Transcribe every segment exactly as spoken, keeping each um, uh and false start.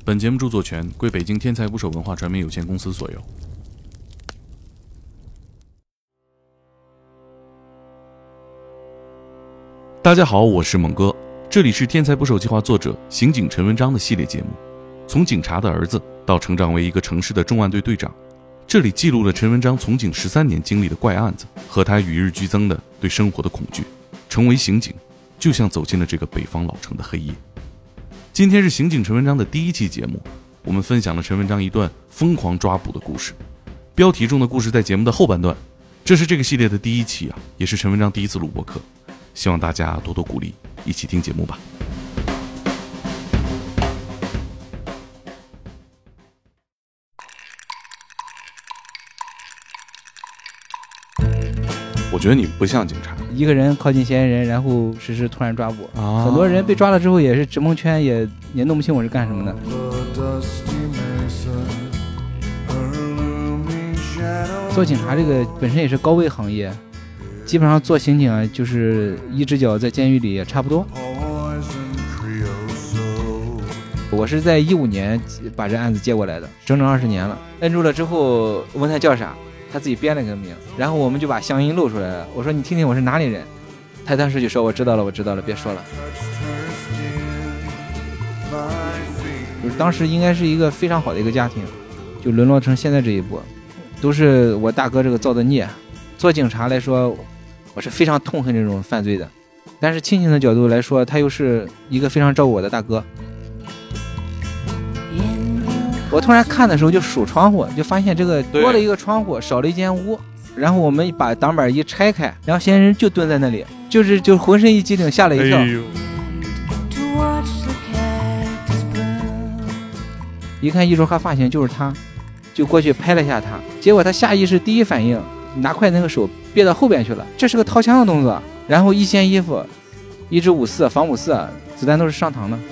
本节目著作权归北京天才捕手文化传媒有限公司所有。大家好，我是猛哥，这里是天才捕手计划作者刑警陈文章的系列节目。从警察的儿子到成长为一个城市的重案队队长，这里记录了陈文章从警十三年经历的怪案子和他与日俱增的对生活的恐惧。成为刑警，就像走进了这个北方老城的黑夜。今天是刑警陈文章的第一期节目，我们分享了陈文章一段疯狂抓捕的故事。标题中的故事在节目的后半段，这是这个系列的第一期啊，也是陈文章第一次录播课，希望大家多多鼓励，一起听节目吧。我觉得你不像警察， 一个人靠近嫌疑人，然后实施突然抓捕、 啊、 很多人被抓了之后也是直蒙圈，也也弄不清我是干什么的。做警察这个本身也是高危行业，基本上做刑警啊，就是一只脚在监狱里也差不多。我是在一五年把这案子接过来的，整整二十年了。摁住了之后问他叫啥，他自己编了个名，然后我们就把乡音露出来了。我说你听听我是哪里人，他当时就说我知道了我知道了，别说了。就是当时应该是一个非常好的一个家庭，就沦落成现在这一步，都是我大哥这个造的孽。做警察来说，我是非常痛恨这种犯罪的，但是亲情的角度来说，他又是一个非常照顾我的大哥。我突然看的时候就数窗户，就发现这个多了一个窗户，少了一间屋。然后我们把挡板一拆开，然后嫌疑人就蹲在那里，就是就浑身一激灵，吓了一跳、哎、一看衣着和发型就是他，就过去拍了一下他，结果他下意识第一反应拿筷子那个手别到后边去了，这是个掏枪的动作。然后一掀衣服，一支五四防五四，子弹都是上膛的。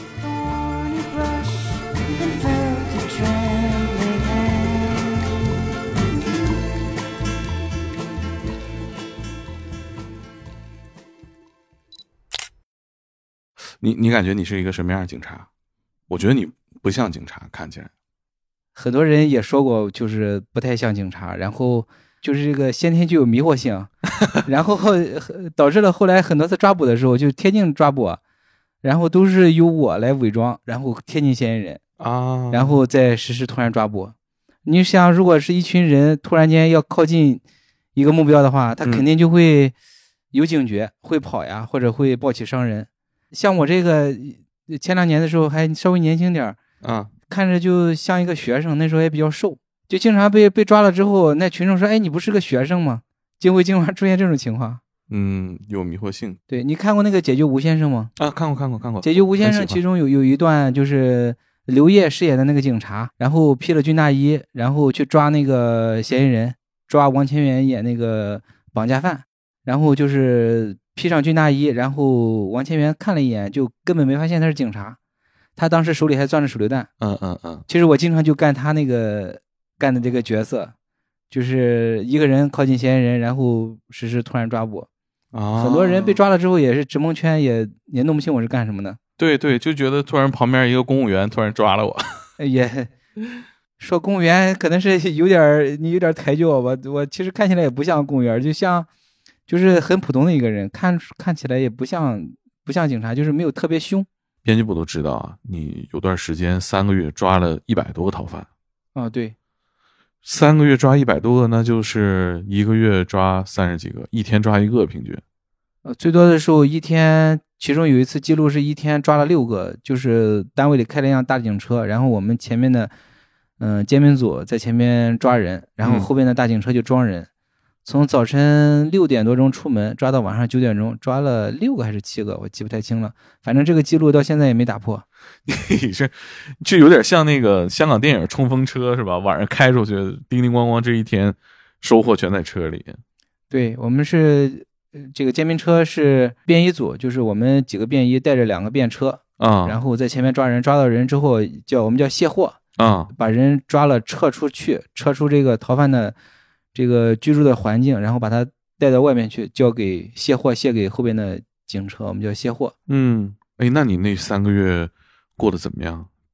你你感觉你是一个什么样的警察？我觉得你不像警察，看起来。 很多人也说过，就是不太像警察，然后就是这个先天就有迷惑性，然后导致了后来很多次抓捕的时候就贴近抓捕，然后都是由我来伪装，然后贴近嫌疑人啊，然后再实施突然抓捕。你想，如果是一群人突然间要靠近一个目标的话，他肯定就会有警觉、嗯、会跑呀，或者会抱起伤人。像我这个前两年的时候还稍微年轻点啊，看着就像一个学生，那时候也比较瘦，就经常被被抓了之后，那群众说：“哎，你不是个学生吗？”就会经常出现这种情况。 嗯，有迷惑性。 对，你看过那个《解救吴先生》吗？ 啊，看过看过看过。 解救吴先生其中有有一段就是刘烨饰演的那个警察，然后披了军大衣，然后去抓那个嫌疑人，抓王千源演那个绑架犯，然后就是披上军大衣，然后王千源看了一眼，就根本没发现他是警察，他当时手里还攥着手榴弹。 嗯嗯嗯。 其实我经常就干他那个干的这个角色，就是一个人靠近嫌疑人，然后实施突然抓捕。啊，很多人被抓了之后也是直蒙圈，也也弄不清我是干什么的。 对对，就觉得突然旁边一个公务员突然抓了我。 也说公务员可能是有点你有点抬举我吧，我其实看起来也不像公务员，就像就是很普通的一个人，看看起来也不像不像警察，就是没有特别凶。 编辑部都知道啊，你有段时间三个月抓了一百多个逃犯。 哦，对， 三个月抓一百多个，那就是一个月抓三十几个，一天抓一个平均。 呃，最多的时候一天，其中有一次记录是一天抓了六个，就是单位里开了一辆大警车，然后我们前面的嗯、呃、监民组在前面抓人，然后后边的大警车就装人。嗯，从早晨六点多钟出门，抓到晚上九点钟，抓了六个还是七个，我记不太清了。反正这个记录到现在也没打破。 你是就有点像那个香港电影《冲锋车》是吧？晚上开出去，叮叮咣咣，这一天收获全在车里。 对，我们是这个监民车是便衣组，就是我们几个便衣带着两个便车啊，然后在前面抓人，抓到人之后叫我们叫卸货啊，把人抓了撤出去，撤出这个逃犯的这个居住的环境，然后把他带到外面去，交给卸货，卸给后边的警车，我们叫卸货。 嗯，哎，那你那三个月过得怎么样？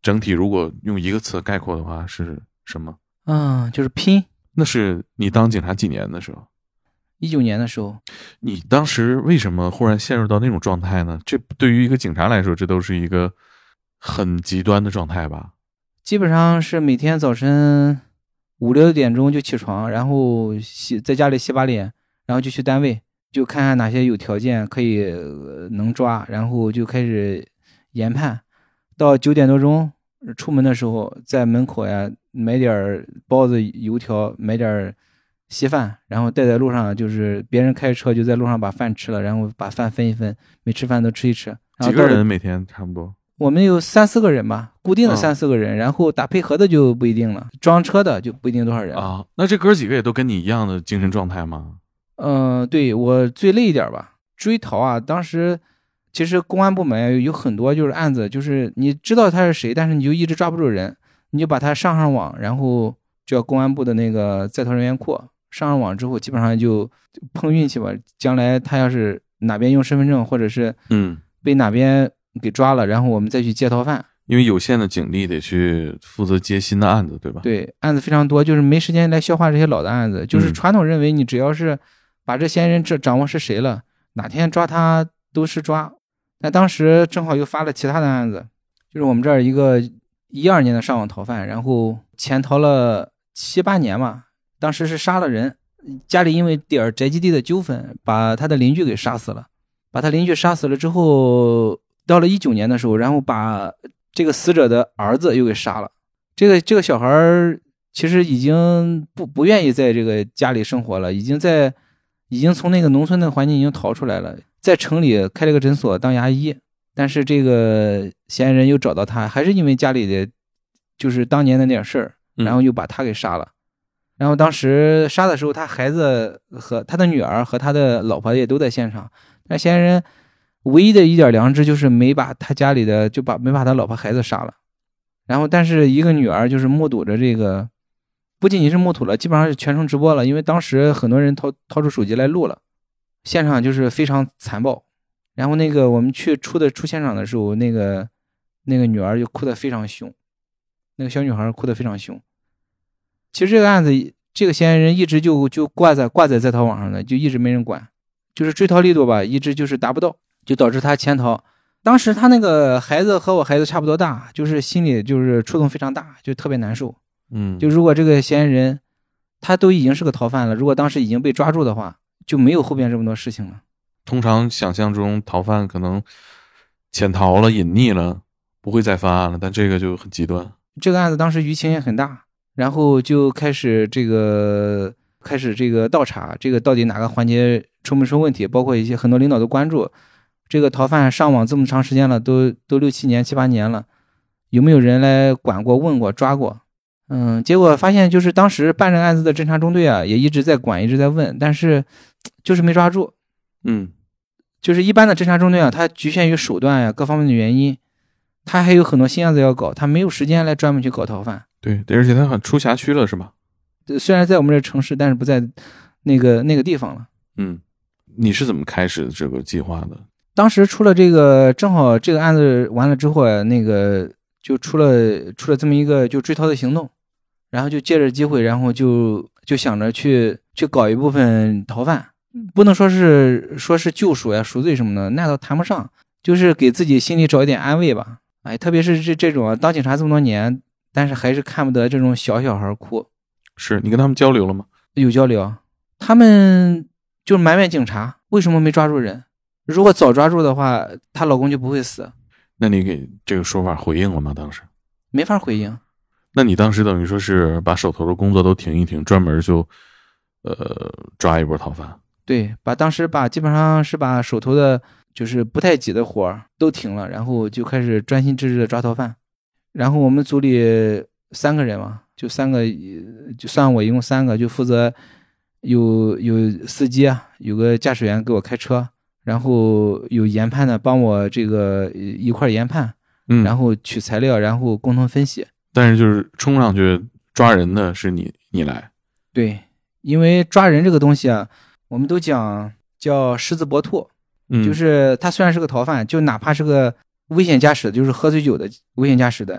整体如果用一个词概括的话是什么？ 嗯，就是拼。 那是你当警察几年的时候？ 一九年的时候。 你当时为什么忽然陷入到那种状态呢？这对于一个警察来说，这都是一个很极端的状态吧？ 基本上是每天早晨五六点钟就起床，然后洗在家里洗把脸，然后就去单位，就看看哪些有条件可以、呃、能抓，然后就开始研判。到九点多钟出门的时候，在门口呀买点包子油条，买点稀饭，然后带在路上，就是别人开车就在路上把饭吃了，然后把饭分一分，没吃饭都吃一吃。 几个人每天差不多？ 我们有三四个人吧，固定的三四个人、嗯、然后打配合的就不一定了，装车的就不一定多少人啊。那这哥几个也都跟你一样的精神状态吗？ 嗯、呃，对，我最累一点吧。追逃啊，当时其实公安部门有很多就是案子，就是你知道他是谁，但是你就一直抓不住人，你就把他上上网，然后叫公安部的那个在逃人员库，上上网之后基本上就碰运气吧，将来他要是哪边用身份证或者是嗯被哪边给抓了，然后我们再去接逃犯。 因为有限的警力得去负责接新的案子，对吧？ 对，案子非常多，就是没时间来消化这些老的案子。就是传统认为你只要是把这嫌疑人这掌握是谁了，哪天抓他都是抓。但当时正好又发了其他的案子，就是我们这儿一个一二年的上网逃犯，然后潜逃了七八年嘛，当时是杀了人，家里因为点宅基地的纠纷，把他的邻居给杀死了。把他邻居杀死了之后，到了一九年的时候，然后把这个死者的儿子又给杀了。这个这个小孩其实已经不不愿意在这个家里生活了，已经在已经从那个农村的环境已经逃出来了，在城里开了个诊所当牙医。但是这个嫌疑人又找到他，还是因为家里的就是当年的那点事儿，然后又把他给杀了。嗯、然后当时杀的时候，他孩子和他的女儿和他的老婆也都在现场。但嫌疑人唯一的一点良知就是没把他家里的就把没把他老婆孩子杀了。然后但是一个女儿就是目睹着这个，不仅仅是目睹了，基本上是全程直播了，因为当时很多人掏掏出手机来录了，现场就是非常残暴。然后那个我们去出的出现场的时候，那个那个女儿就哭得非常凶，那个小女孩哭得非常凶。其实这个案子这个嫌疑人一直就就挂在挂在在逃网上的，就一直没人管，就是追逃力度吧一直就是达不到，就导致他潜逃。当时他那个孩子和我孩子差不多大，就是心里就是触动非常大，就特别难受。 嗯， 就如果这个嫌疑人他都已经是个逃犯了，如果当时已经被抓住的话，就没有后边这么多事情了。 通常想象中逃犯可能潜逃了隐匿了不会再犯案了，但这个就很极端。 这个案子当时舆情也很大，然后就开始这个开始这个倒查，这个到底哪个环节出没出问题，包括一些很多领导都关注这个逃犯上网这么长时间了，都都六七年七八年了，有没有人来管过问过抓过。嗯，结果发现就是当时办这个案子的侦查中队啊也一直在管一直在问，但是就是没抓住。 嗯， 就是一般的侦查中队啊，它局限于手段呀各方面的原因，他还有很多新案子要搞，他没有时间来专门去搞逃犯。 对，而且他很出辖区了是吧？ 虽然在我们这城市，但是不在那个那个地方了。 嗯，你是怎么开始这个计划的？ 当时出了这个，正好这个案子完了之后啊，那个就出了出了这么一个就追逃的行动，然后就借着机会，然后就就想着去去搞一部分逃犯，不能说是说是救赎呀、赎罪什么的，那倒谈不上，就是给自己心里找一点安慰吧。哎，特别是这这种啊，当警察这么多年，但是还是看不得这种小小孩哭。 是你跟他们交流了吗？ 有交流，他们就埋怨警察为什么没抓住人，如果早抓住的话，她老公就不会死。 那你给这个说法回应了吗？当时没法回应。 那你当时等于说是把手头的工作都停一停，专门就呃抓一波逃犯。 对，把当时把基本上是把手头的就是不太挤的活都停了，然后就开始专心致志的抓逃犯。然后我们组里三个人嘛，就三个，就算我一共三个，就负责有有司机啊，有个驾驶员给我开车，然后有研判的帮我这个一块研判， 嗯， 然后取材料，然后共同分析。 但是就是冲上去抓人的是你你来。 对，因为抓人这个东西啊，我们都讲叫狮子搏兔，嗯，就是他虽然是个逃犯，就哪怕是个危险驾驶，就是喝醉酒的危险驾驶的，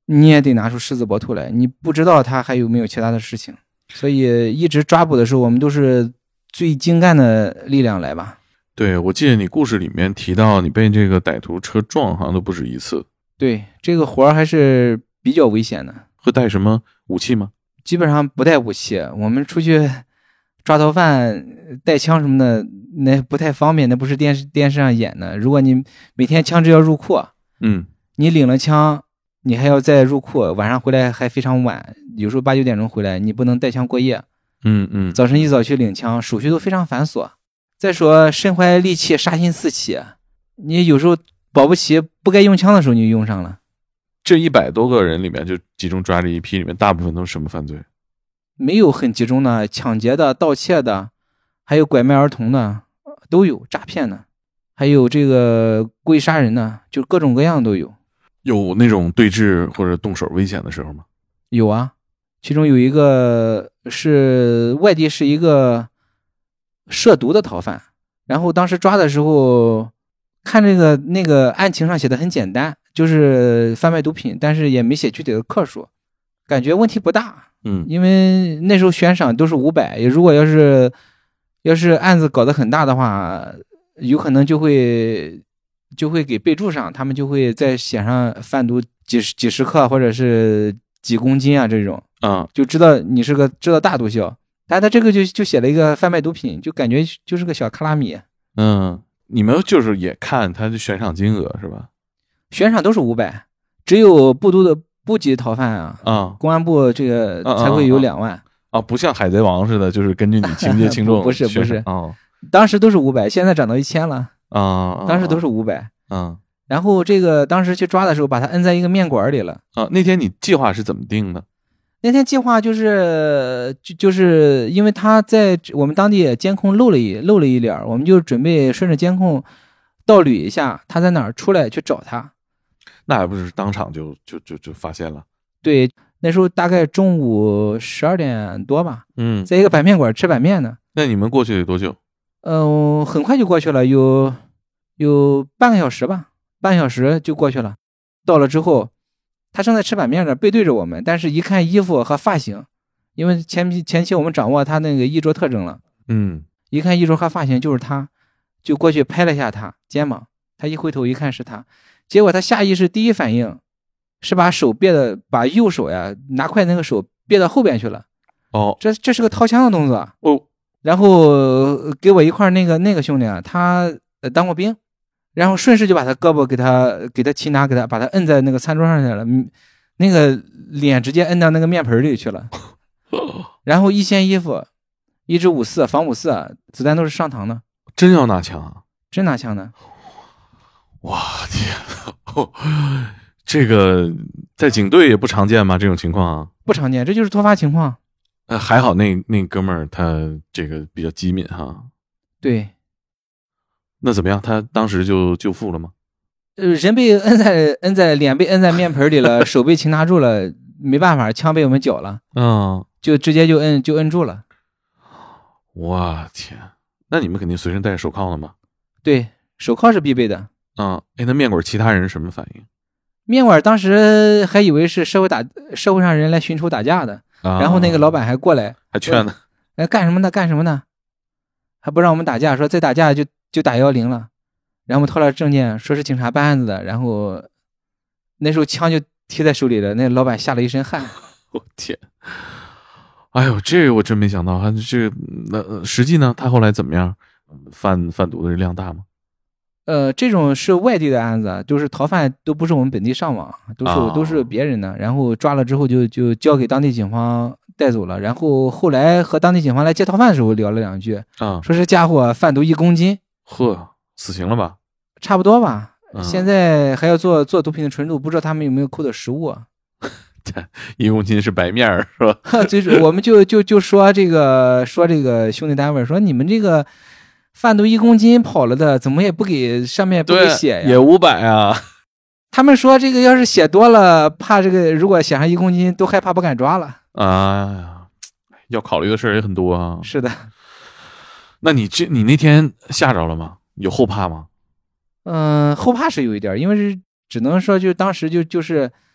你也得拿出狮子搏兔来，你不知道他还有没有其他的事情，所以一直抓捕的时候，我们都是最精干的力量来吧。 对，我记得你故事里面提到你被这个歹徒车撞，好像都不止一次。 对，这个活儿还是比较危险的。 会带什么武器吗？ 基本上不带武器，我们出去抓逃犯带枪什么的，那不太方便，那不是电视电视上演的。如果你每天枪支要入库， 嗯， 你领了枪，你还要再入库，晚上回来还非常晚，有时候八九点钟回来，你不能带枪过夜。 嗯嗯， 早晨一早去领枪，手续都非常繁琐。再说身怀利器，杀心四起，你有时候保不齐不该用枪的时候你就用上了。 这一百多个人里面，就集中抓这一批里面，大部分都是什么犯罪？ 没有很集中的，抢劫的、盗窃的，还有拐卖儿童的都有，诈骗的，还有这个故意杀人的，就各种各样都有。 有那种对峙或者动手危险的时候吗？ 有啊，其中有一个是外地是一个涉毒的逃犯，然后当时抓的时候看这个那个案情上写的很简单，就是贩卖毒品，但是也没写具体的克数，感觉问题不大。 嗯， 因为那时候悬赏都是五百，如果要是要是案子搞得很大的话，有可能就会就会给备注上，他们就会再写上贩毒几十几十克或者是几公斤啊这种， 啊， 就知道你是个知道大毒枭。但他这个就就写了一个贩卖毒品，就感觉就是个小卡拉米。 嗯，你们就是也看他的悬赏金额是吧？ 悬赏都是五百，只有部都的部级逃犯啊， 啊， 公安部这个才会有两万。 啊，啊不像海贼王似的，就是根据你情节轻重不是不是哦， 当时都是五百，现在涨到一千了啊， 当时都是五百。 嗯， 然后这个当时去抓的时候，把他摁在一个面馆里了。 啊，那天你计划是怎么定的？ 那天计划就是就就是因为他在我们当地监控漏了一漏了一点，我们就准备顺着监控倒捋一下他在哪儿，出来去找他。 那还不是当场就就就就发现了？ 对，那时候大概中午十二点多吧。 嗯， 在一个板面馆吃板面呢。 那你们过去得多久？ 嗯、呃，很快就过去了，有有半个小时吧，半个小时就过去了。到了之后，他正在吃板面呢，背对着我们，但是一看衣服和发型，因为前前期我们掌握他那个衣着特征了， 嗯， 一看衣着和发型就是他，就过去拍了一下他肩膀，他一回头一看是他，结果他下意识第一反应是把手别的，把右手呀拿筷那个手别到后边去了。 哦， 这这是个掏枪的动作哦， 然后给我一块那个那个兄弟啊，他呃当过兵。然后顺势就把他胳膊给他给他擒拿，给他把他摁在那个餐桌上去了，那个脸直接摁到那个面盆里去了。然后一掀衣服，一支五四防五四，子弹都是上膛的。 真要拿枪啊？ 真拿枪的。 哇天啊，这个在警队也不常见吗？这种情况啊？ 不常见，这就是突发情况。 呃，还好那那哥们儿他这个比较机敏哈。 对。 那怎么样？他当时就就负了吗？ 呃，人被摁在摁在脸被摁在面盆里了，手被擒拿住了，没办法，枪被我们缴了， 嗯， 就直接就摁就摁住了。 哇天！那你们肯定随身带着手铐了吗？ 对，手铐是必备的。 嗯，哎，那面馆其他人什么反应？ 面馆当时还以为是社会打社会上人来寻仇打架的， 啊、 然后那个老板还过来还劝呢， 哎，干什么呢？干什么呢？还不让我们打架，说再打架就。就打幺零了，然后我们掏了证件，说是警察办案子的，然后那时候枪就提在手里了，那老板吓了一身汗。 我天！哎呦，这个我真没想到，他这个那实际呢，他后来怎么样？贩贩毒的量大吗？ 呃，这种是外地的案子，就是逃犯都不是我们本地上网，都是、哦、都是别人的，然后抓了之后就就交给当地警方带走了，然后后来和当地警方来接逃犯的时候聊了两句， 啊， 说这家伙贩毒一公斤。 呵，死刑了吧？ 差不多吧。 嗯、 现在还要做做毒品的纯度，不知道他们有没有扣的实物啊？ 一公斤是白面儿是吧？ 就是我们就就就说这个说这个兄弟单位说你们这个贩毒一公斤跑了的，怎么也不给上面不给写呀？ 也五百啊。 他们说这个要是写多了，怕这个如果写上一公斤，都害怕不敢抓了。 啊，要考虑的事儿也很多啊。 是的。 那你这你那天吓着了吗？有后怕吗？ 嗯、呃，后怕是有一点，因为是只能说就当时就就是，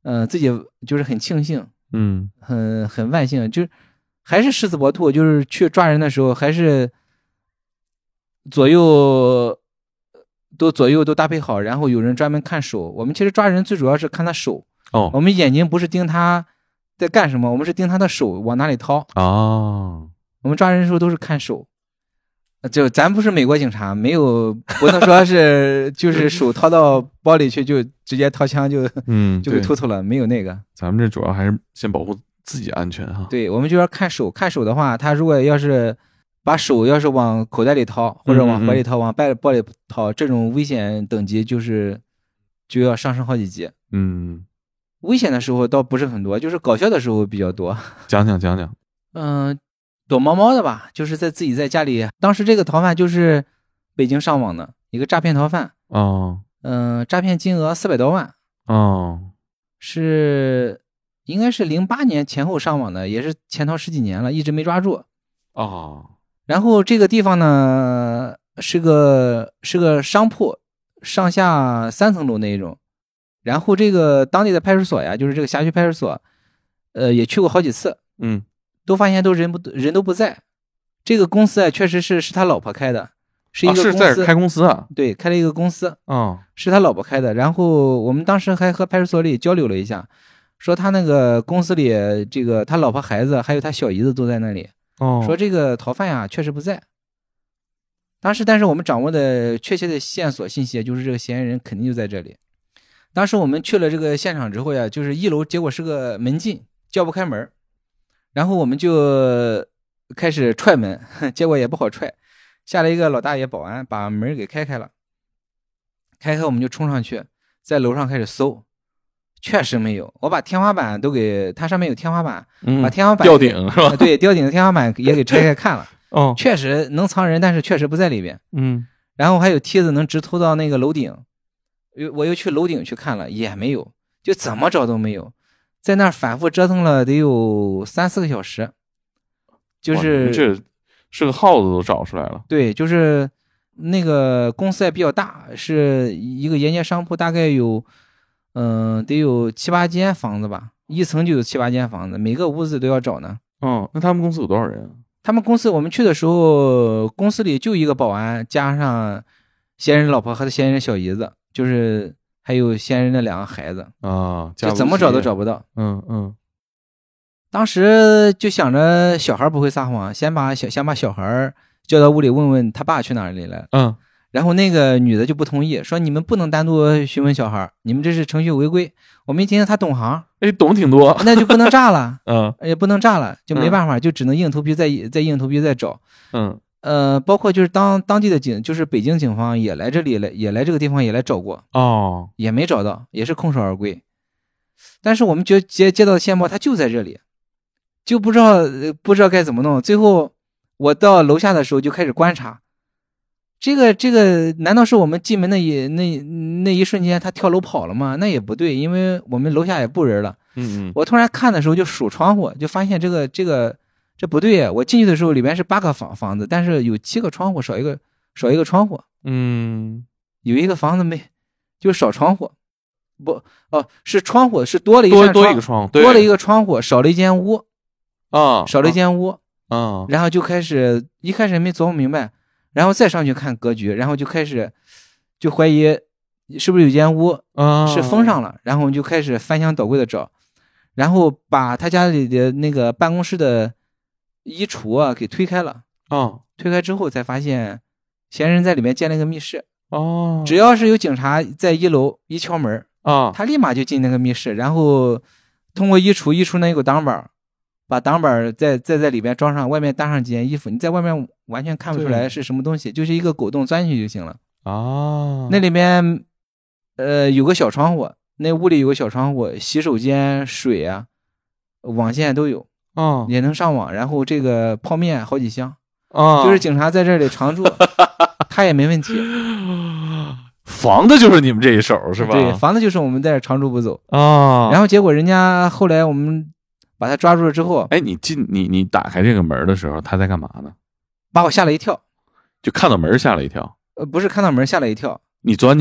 呃，自己就是很庆幸， 嗯， 很很万幸，就是还是视死搏兔，就是去抓人的时候还是左右都左右都搭配好，然后有人专门看手。我们其实抓人最主要是看他手， 哦， 我们眼睛不是盯他在干什么，我们是盯他的手往哪里掏。 哦， 我们抓人的时候都是看手。就咱不是美国警察，没有不能说是就是手掏到包里去就直接掏枪就嗯， 就给突突了，没有那个。 咱们这主要还是先保护自己安全哈。 对，我们就要看手，看手的话，他如果要是把手要是往口袋里掏，或者往怀里掏，嗯嗯往包包里掏，这种危险等级就是就要上升好几级。 嗯， 危险的时候倒不是很多，就是搞笑的时候比较多。 讲讲讲讲。 嗯。躲猫猫的吧，就是在自己在家里。当时这个逃犯就是北京上网的一个诈骗逃犯。 哦， 嗯、呃，诈骗金额四百多万。 哦， 是应该是零八年前后上网的，也是潜逃十几年了，一直没抓住。 哦， 然后这个地方呢是个是个商铺，上下三层楼那一种。然后这个当地的派出所呀，就是这个辖区派出所，呃，也去过好几次。 嗯。 都发现都人不人都不在，这个公司啊，确实是是他老婆开的，是一个公司、 啊、是在开公司啊？ 对，开了一个公司， 哦， 是他老婆开的。然后我们当时还和派出所里交流了一下，说他那个公司里这个他老婆孩子还有他小姨子都在那里。 哦， 说这个逃犯呀确实不在。当时但是我们掌握的确切的线索信息就是这个嫌疑人肯定就在这里。当时我们去了这个现场之后呀，就是一楼结果是个门禁，叫不开门。然后我们就开始踹门，结果也不好踹，下来一个老大爷保安把门给开开了。开开我们就冲上去，在楼上开始搜，确实没有。我把天花板都给，它上面有天花板， 嗯、 把天花板吊顶是吧？ 对，吊顶的天花板也给拆开看了。 哦， 确实能藏人，但是确实不在里边。 嗯， 然后还有梯子能直通到那个楼顶，我又去楼顶去看了，也没有，就怎么找都没有。在那儿反复折腾了得有三四个小时，就是这是个耗子都找出来了。 对，就是那个公司也比较大，是一个沿街商铺，大概有嗯、呃、得有七八间房子吧，一层就有七八间房子，每个屋子都要找呢。 哦，那他们公司有多少人啊？ 他们公司我们去的时候，公司里就一个保安，加上嫌疑人老婆和他嫌疑人小姨子，就是还有嫌疑人的两个孩子啊， 就怎么找都找不到。 嗯嗯， 当时就想着小孩不会撒谎，先把小想把小孩叫到屋里问问他爸去哪里了。 嗯， 然后那个女的就不同意，说你们不能单独询问小孩，你们这是程序违规。我们一听他懂行， 哎，懂挺多， 那就不能炸了， 嗯， 也不能炸了，就没办法，嗯、就只能硬头皮再再硬头皮再找。 嗯。 呃，包括就是当当地的警，就是北京警方也来这里来，也来这个地方也来找过哦， 也没找到，也是空手而归。但是我们觉接接到线报，他就在这里，就不知道不知道该怎么弄。最后我到楼下的时候就开始观察，这个这个难道是我们进门那一那那一瞬间他跳楼跑了吗？那也不对，因为我们楼下也不人了。 嗯嗯， 我突然看的时候就数窗户，就发现这个这个。这不对，我进去的时候里边是八个房房子，但是有七个窗户，少一个少一个窗户。 嗯， 有一个房子没，就少窗户。不，哦，是窗户是多了一多扇多一个窗户， 多了一个窗户，少了一间屋啊， 少了一间屋啊。 然后就开始一开始没琢磨明白，然后再上去看格局，然后就开始就怀疑是不是有间屋啊是封上了，然后我们就开始翻箱倒柜的找，然后把他家里的那个办公室的衣橱啊给推开了啊、哦， 推开之后才发现嫌疑人在里面建了个密室哦， 只要是有警察在一楼一敲门啊， 他立马就进那个密室，然后通过衣橱衣橱那有个挡板，把挡板再再在里边装上，外面搭上几件衣服，你在外面完全看不出来是什么东西，就是一个狗洞钻进去就行了啊。 那里面呃有个小窗户，那屋里有个小窗户，洗手间水啊网线都有哦， 也能上网，然后这个泡面好几箱啊， 就是警察在这里常住他也没问题。 防的就是你们这一手是吧？ 对，防的就是我们在这常住不走啊。 然后结果人家后来我们把他抓住了之后， 哎，你进你你打开这个门的时候，他在干嘛呢？ 把我吓了一跳， 就看到门吓了一跳。 呃，不是看到门吓了一跳， 你钻进去了。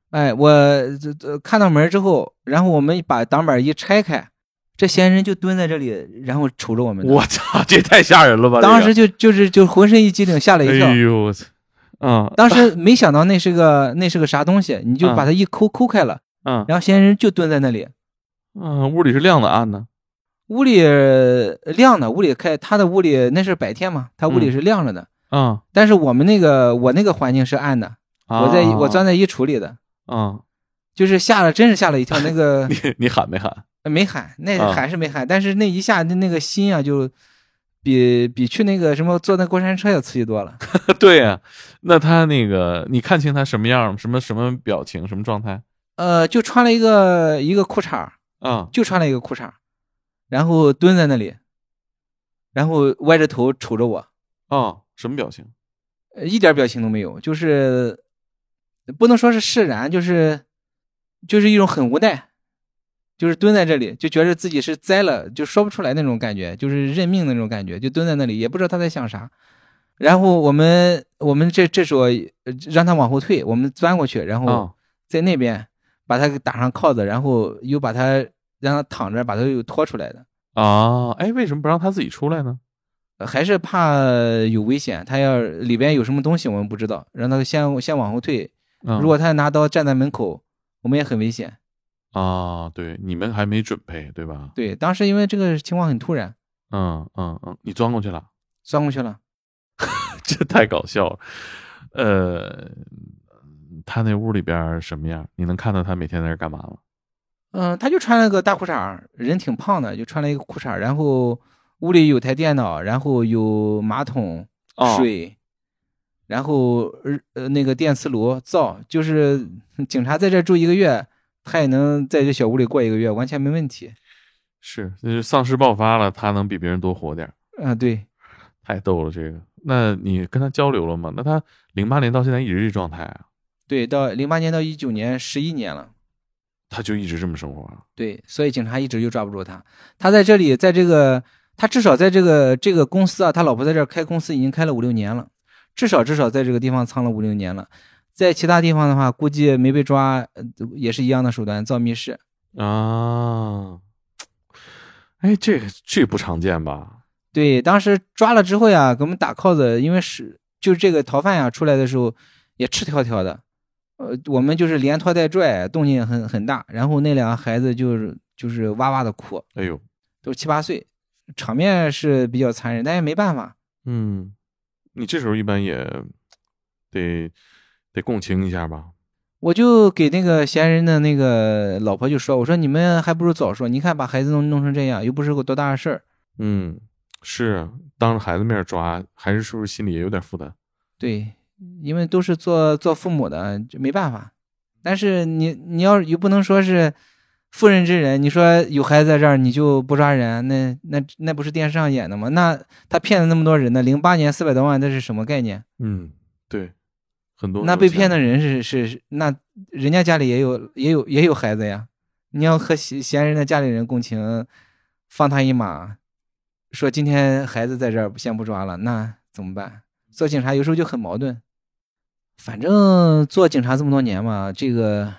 哎，我这这看到门之后，然后我们把挡板一拆开，这嫌疑人就蹲在这里，然后瞅着我们。 我操，这也太吓人了吧！ 当时就就是就浑身一激灵，吓了一跳。 哎呦我操！啊、嗯， 当时没想到那是个那是个啥东西，你就把它一抠、嗯、抠开了， 嗯， 然后嫌疑人就蹲在那里。 嗯，屋里是亮的暗的？ 屋里亮的，屋里开他的屋里那是白天嘛，他屋里是亮着的。 嗯， 但是我们那个我那个环境是暗的， 啊、 我在我钻在衣橱里的。 嗯， 就是吓了，真是吓了一跳。那个你你喊没喊？ 没喊，那喊是没喊，啊、但是那一下那那个心啊，就比比去那个什么坐那过山车要刺激多了。 对呀、啊，那他那个你看清他什么样，什么什么表情，什么状态？ 呃，就穿了一个一个裤衩啊， 就穿了一个裤衩，然后蹲在那里，然后歪着头瞅着我。 哦，什么表情？ 呃，一点表情都没有，就是不能说是释然，就是就是一种很无奈，就是蹲在这里就觉得自己是栽了，就说不出来那种感觉，就是认命的那种感觉，就蹲在那里也不知道他在想啥。然后我们我们这这时候让他往后退，我们钻过去，然后在那边把他给打上铐子，然后又把他让他躺着，把他又拖出来的。 啊，哎，为什么不让他自己出来呢？ 还是怕有危险，他要里边有什么东西我们不知道，让他先先往后退。 嗯、 如果他拿刀站在门口，我们也很危险。 啊，对，你们还没准备，对吧？ 对，当时因为这个情况很突然。 嗯嗯嗯，你钻过去了？ 钻过去了。 这太搞笑了。呃，他那屋里边什么样？你能看到他每天在这干嘛吗？ 嗯、呃，他就穿了个大裤衩，人挺胖的，就穿了一个裤衩，然后屋里有台电脑，然后有马桶、水，哦、然后呃那个电磁炉、灶，就是警察在这住一个月，他也能在这小屋里过一个月，完全没问题。 是，就是丧尸爆发了，他能比别人多活点。 啊、呃，对， 太逗了这个。那你跟他交流了吗？那他零八年到现在一直这状态啊？ 对，到零八年到一九年，十一年了。 他就一直这么生活啊？ 对，所以警察一直就抓不住他。他在这里，在这个，他至少在这个这个公司啊，他老婆在这儿开公司已经开了五六年了，至少至少在这个地方藏了五六年了。在其他地方的话，估计没被抓，也是一样的手段，造密室啊。哎，这个这不常见吧？ 对，当时抓了之后呀，给我们打铐子，因为是就这个逃犯呀出来的时候也赤条条的。呃，我们就是连拖带拽，动静很很大，然后那两个孩子就是就是哇哇的哭， 哎呦， 都七八岁，场面是比较残忍，但也没办法。 嗯，你这时候一般也得得共情一下吧？ 我就给那个嫌疑人的那个老婆就说，我说你们还不如早说，你看把孩子弄弄成这样，又不是个多大的事儿。 嗯，是当着孩子面抓，还是是不是心里也有点负担？ 对。因为都是做做父母的，就没办法。但是你你要又不能说是妇人之仁，你说有孩子在这儿你就不抓人，那那那不是电视上演的吗？那他骗了那么多人呢，零八年四百多万，那是什么概念？ 嗯，对，很多。 那被骗的人是是那人家家里也有也有也有孩子呀，你要和嫌嫌疑人的家里人共情，放他一马，说今天孩子在这儿先不抓了，那怎么办？做警察有时候就很矛盾。反正做警察这么多年嘛，这个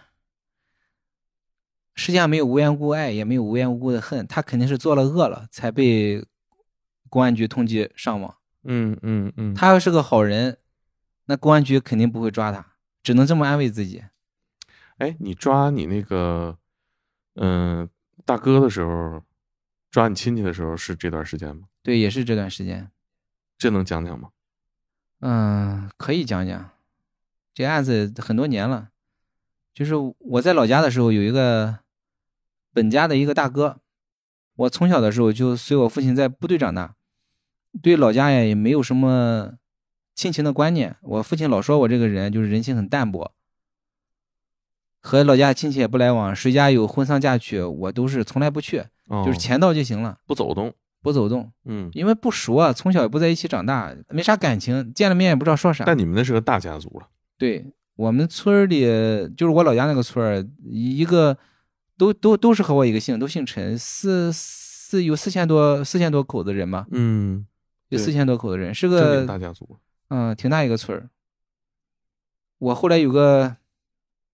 世界上没有无缘无故爱，也没有无缘无故的恨，他肯定是做了恶了才被公安局通缉上网。 嗯嗯嗯， 他要是个好人，那公安局肯定不会抓他，只能这么安慰自己。 哎，你抓你那个嗯、呃、大哥的时候，抓你亲戚的时候是这段时间吗？ 对，也是这段时间。 这能讲讲吗？ 嗯，可以讲讲。这案子很多年了，就是我在老家的时候有一个本家的一个大哥，我从小的时候就随我父亲在部队长大，对老家也没有什么亲情的观念。我父亲老说我这个人就是人性很淡薄，和老家亲戚也不来往，谁家有婚丧嫁娶我都是从来不去， 哦、 就是钱到就行了， 不走动。 不走动， 嗯， 因为不熟啊，从小也不在一起长大，没啥感情，见了面也不知道说啥。 但你们那是个大家族了。 对，我们村里就是我老家那个村一个都都都是和我一个姓，都姓陈，四四有四千多四千多口子人吧。 嗯， 有四千多口子人，是个大家族。 嗯，挺大一个村。我后来有个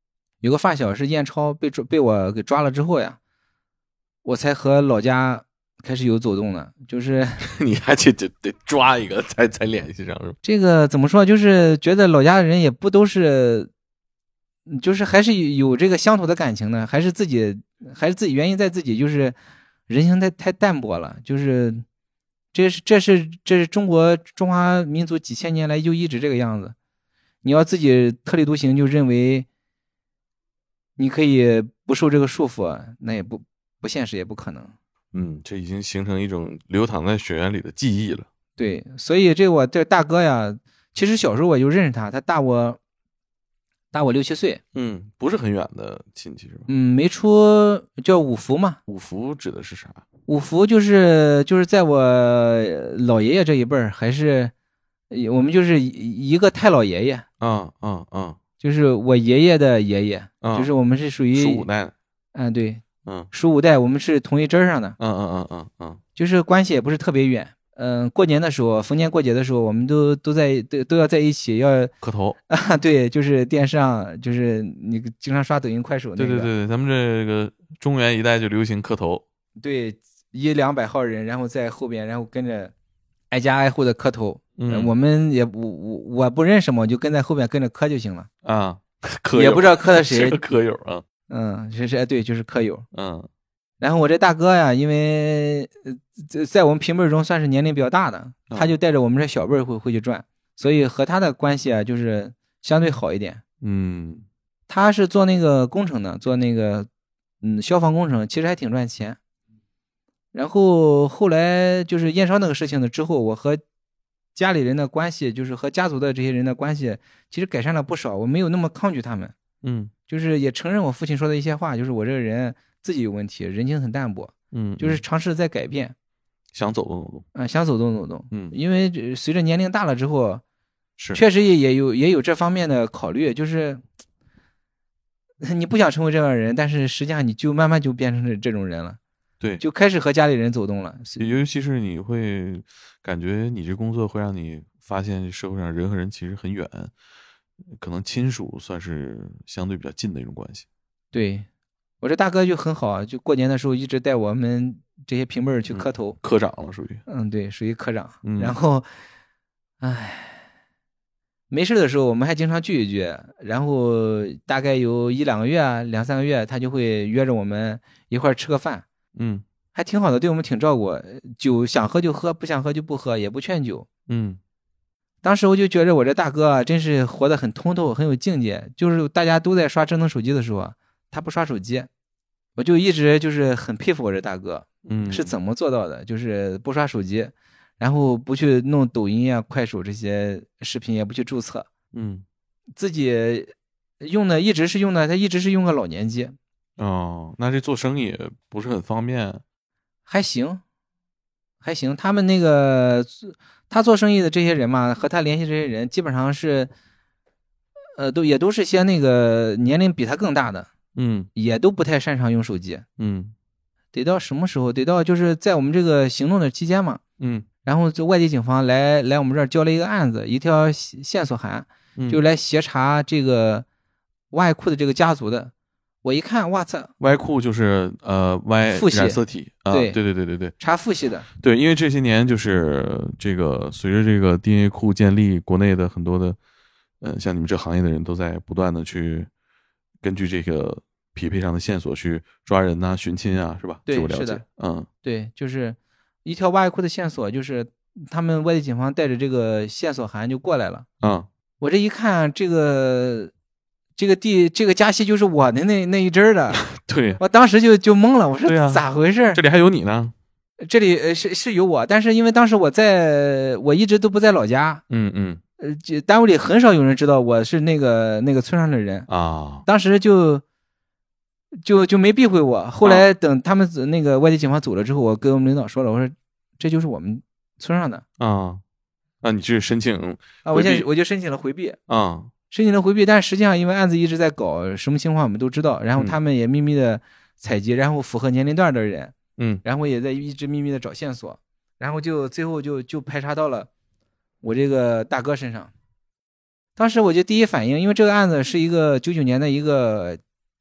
有个发小是验钞被被我给抓了之后呀，我才和老家开始有走动的，就是你还得得得抓一个才才联系上是吧？ 这个怎么说，就是觉得老家的人也不都是，就是还是有这个乡土的感情的，还是自己还是自己原因在自己，就是人性太太淡薄了，就是这是这是这是中国中华民族几千年来就一直这个样子，你要自己特立独行，就认为你可以不受这个束缚，那也不不现实，也不可能。 嗯，这已经形成一种流淌在血缘里的记忆了。 对，所以这我这大哥呀，其实小时候我就认识他，他大我大我六七岁。 嗯，不是很远的亲戚是吧？ 嗯，没出叫五福嘛。 五福指的是啥？ 五福就是就是在我老爷爷这一辈儿，还是我们就是一个太老爷爷。 嗯嗯嗯。 就是我爷爷的爷爷， 嗯、 就是我们是属于属五代的。 嗯，对， 嗯， 属五代，我们是同一支上的。 嗯嗯嗯嗯嗯， 就是关系也不是特别远。嗯，过年的时候，逢年过节的时候，我们都都在都都要在一起，要磕头啊。对，就是电视上，就是你经常刷抖音、快手那个。 对对对，咱们这个中原一带就流行磕头。 对，一两百号人，然后在后边，然后跟着挨家挨户的磕头。 嗯， 我们也不我我不认识嘛，我就跟在后边跟着磕就行了。 啊，磕友也不知道磕的谁。 是磕友啊。 嗯，是是，对，就是磕友。 嗯。 然后我这大哥呀，因为在我们平辈中算是年龄比较大的，他就带着我们这小辈会回去转，所以和他的关系啊，就是相对好一点。 嗯， 他是做那个工程的，做那个嗯消防工程，其实还挺赚钱。然后后来就是验烧那个事情了之后，我和家里人的关系，就是和家族的这些人的关系，其实改善了不少。我没有那么抗拒他们， 嗯， 就是也承认我父亲说的一些话，就是我这个人自己有问题，人情很淡薄， 嗯， 就是尝试在改变， 想走动走动， 啊、呃，想走动走动， 嗯， 因为随着年龄大了之后， 是确实也也有也有这方面的考虑，就是你不想成为这样的人，但是实际上你就慢慢就变成这种人了。 对， 就开始和家里人走动了。 尤其是你会感觉你这工作会让你发现社会上人和人其实很远，可能亲属算是相对比较近的一种关系。 对，我这大哥就很好啊，就过年的时候一直带我们这些平辈去磕头， 嗯、科长了属于。 嗯，对，属于科长。 嗯、 然后，唉，没事的时候我们还经常聚一聚，然后大概有一两个月啊，两三个月，他就会约着我们一块吃个饭。 嗯， 还挺好的，对我们挺照顾。酒想喝就喝，不想喝就不喝，也不劝酒。 嗯， 当时我就觉得我这大哥啊，真是活得很通透，很有境界。就是大家都在刷智能手机的时候，他不刷手机，我就一直就是很佩服我这大哥， 嗯， 是怎么做到的？就是不刷手机，然后不去弄抖音啊、快手这些视频，也不去注册。 嗯， 自己用的一直是用的，他一直是用个老年机。 哦，那这做生意也不是很方便。 还行，还行。他们那个他做生意的这些人嘛，和他联系这些人，基本上是，呃，都也都是些那个年龄比他更大的， 嗯， 也都不太擅长用手机。 嗯， 得到什么时候？得到就是在我们这个行动的期间嘛。 嗯， 然后就外地警方来来我们这儿交了一个案子，一条线索函， 嗯、 就来协查这个挖爱库的这个家族的。我一看，哇塞！ 歪库就是呃歪染色体啊，对对对对对对， 查父系的。 对，因为这些年就是这个随着这个 D N A 库建立，国内的很多的，呃，像你们这行业的人都在不断的去根据这个匹配上的线索去抓人呐、啊、寻亲啊，是吧？ 对， 我了解。 是的， 嗯， 对，就是一条挖爱库的线索，就是他们外地警方带着这个线索函就过来了。 嗯， 我这一看，这个。这个地这个加西就是我的那那一支的， 对， 我当时就就懵了，我说咋回事？ 这里还有你呢？ 这里呃是是有我，但是因为当时我在我一直都不在老家， 嗯嗯， 呃，单位里很少有人知道我是那个那个村上的人啊， 当时就就就没避讳我。后来等他们那个外地警方走了之后，我跟我们领导说了，我说这就是我们村上的啊，啊，你去申请啊，我现在我就申请了回避啊。 申请了回避，但实际上因为案子一直在搞，什么情况我们都知道，然后他们也秘密的采集，然后符合年龄段的人， 嗯， 然后也在一直秘密的找线索，然后就最后就就排查到了我这个大哥身上。当时我就第一反应，因为这个案子是一个九九年的一个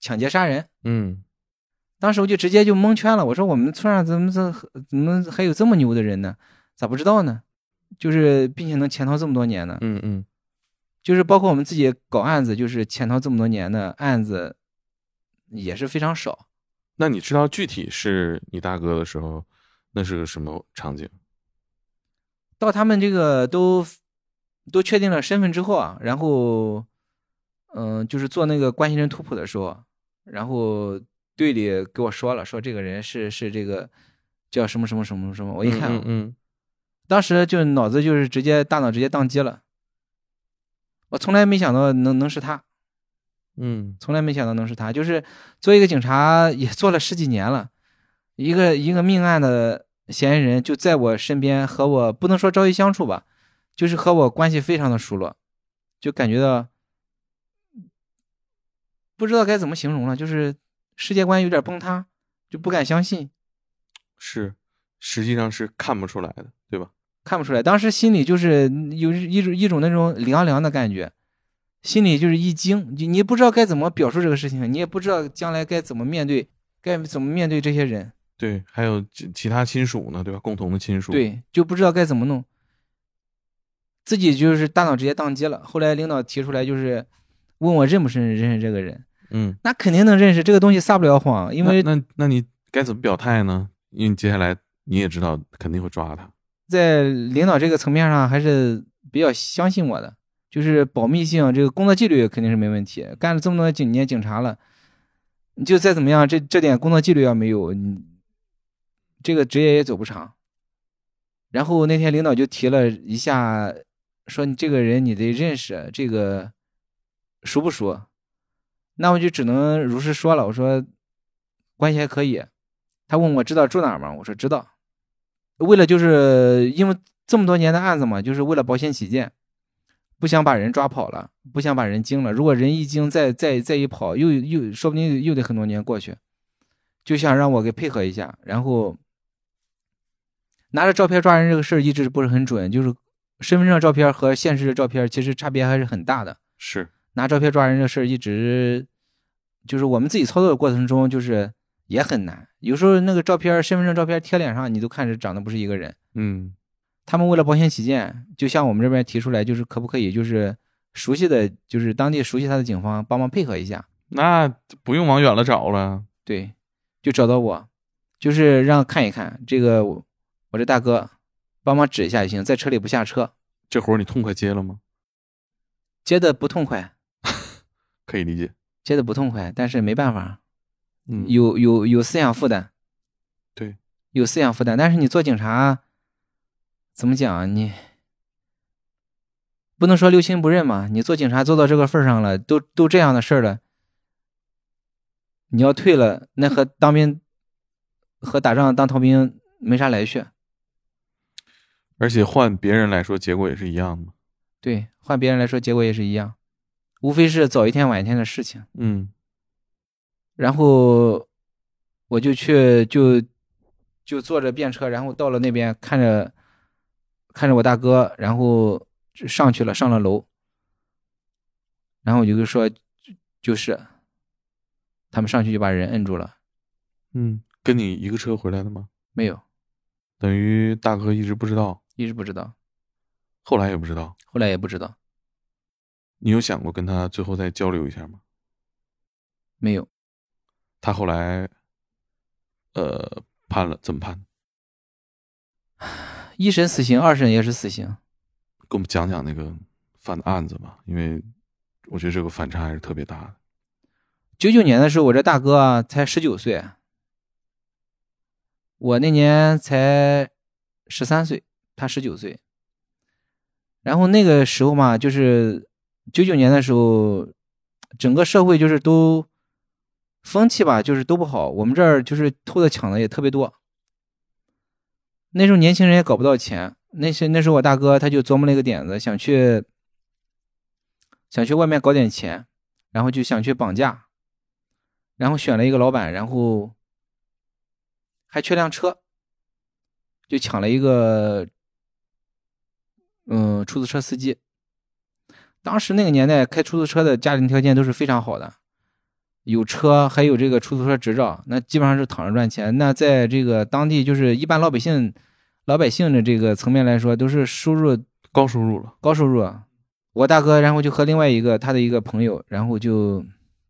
抢劫杀人。 嗯， 当时我就直接就蒙圈了，我说我们村上怎么怎怎么还有这么牛的人呢？咋不知道呢？就是并且能潜逃这么多年呢？ 嗯嗯， 就是包括我们自己搞案子，就是潜逃这么多年的案子也是非常少。 那你知道具体是你大哥的时候，那是个什么场景？ 到他们这个都都确定了身份之后啊，然后嗯、呃，就是做那个关系人图谱的时候，然后队里给我说了，说这个人是是这个叫什么什么什么什么，我一看、啊， 嗯嗯，当当时就脑子就是直接大脑直接宕机了，我从来没想到能能是他， 嗯， 从来没想到能是他，就是做一个警察也做了十几年了，一个一个命案的嫌疑人就在我身边，和我不能说朝夕相处吧，就是和我关系非常的熟络，就感觉到不知道该怎么形容了，就是世界观有点崩塌，就不敢相信。 是，实际上是看不出来的，对吧？ 看不出来，当时心里就是有一种一种那种凉凉的感觉，心里就是一惊，你你不知道该怎么表述这个事情，你也不知道将来该怎么面对，该怎么面对这些人。 对，还有其他亲属呢，对吧？共同的亲属。 对，就不知道该怎么弄，自己就是大脑直接宕机了。后来领导提出来，就是问我认不认识认识这个人， 嗯， 那肯定能认识，这个东西撒不了谎，因为那那那你该怎么表态呢？因为接下来你也知道肯定会抓他。 在领导这个层面上还是比较相信我的，就是保密性，这个工作纪律肯定是没问题。干了这么多几年警察了，你就再怎么样，这这点工作纪律要没有，你这个职业也走不长。然后那天领导就提了一下，说你这个人你得认识，这个熟不熟？那我就只能如实说了，我说关系还可以。他问我知道住哪儿吗？我说知道。为了就是因为这么多年的案子嘛，就是为了保险起见，不想把人抓跑了，不想把人惊了。如果人一惊再再再一跑，又又说不定又得很多年过去，就想让我给配合一下。然后拿着照片抓人这个事儿一直不是很准，就是身份证照片和现实的照片其实差别还是很大的。 是拿照片抓人这个事儿一直就是我们自己操作的过程中就是也很难，有时候那个照片身份证照片贴脸上你都看着长得不是一个人。 嗯， 他们为了保险起见，就向我们这边提出来，就是可不可以就是熟悉的就是当地熟悉他的警方帮忙配合一下。 那不用往远了找了。 对，就找到我，就是让看一看这个我我这大哥帮忙指一下就行，在车里不下车。 这活儿你痛快接了吗？ 接的不痛快， 可以理解。 接的不痛快，但是没办法， 嗯， 有有有思想负担。 对， 有思想负担，但是你做警察怎么讲？你不能说六亲不认嘛。你做警察做到这个份上了，都都这样的事儿了，你要退了，那和当兵和打仗当逃兵没啥来去。 而且换别人来说，结果也是一样的。 对，换别人来说，结果也是一样，无非是早一天晚一天的事情。 嗯， 然后我就去就就坐着便车，然后到了那边，看着看着我大哥，然后上去了，上了楼，然后我就说就是他们上去就把人摁住了。 嗯，跟你一个车回来的吗？ 没有， 等于大哥一直不知道， 一直不知道， 后来也不知道。 后来也不知道。 你有想过跟他最后再交流一下吗？ 没有。 他后来呃判了，怎么判？ 一审死刑，二审也是死刑。 给我们讲讲那个犯的案子吧，因为我觉得这个反差还是特别大的。 九九年的时候，我这大哥啊才十九岁，我那年才十三岁，他十九岁。然后那个时候嘛，就是九九年的时候，整个社会就是都风气吧，就是都不好。我们这儿就是偷的抢的也特别多。那时候年轻人也搞不到钱，那是那时候我大哥他就琢磨了一个点子，想去想去外面搞点钱，然后就想去绑架，然后选了一个老板，然后还缺辆车，就抢了一个嗯出租车司机。当时那个年代开出租车的家庭条件都是非常好的， 有车，还有这个出租车执照，那基本上是躺着赚钱。那在这个当地，就是一般老百姓老百姓的这个层面来说，都是收入高收入了。 高收入。我大哥然后就和另外一个他的一个朋友，然后就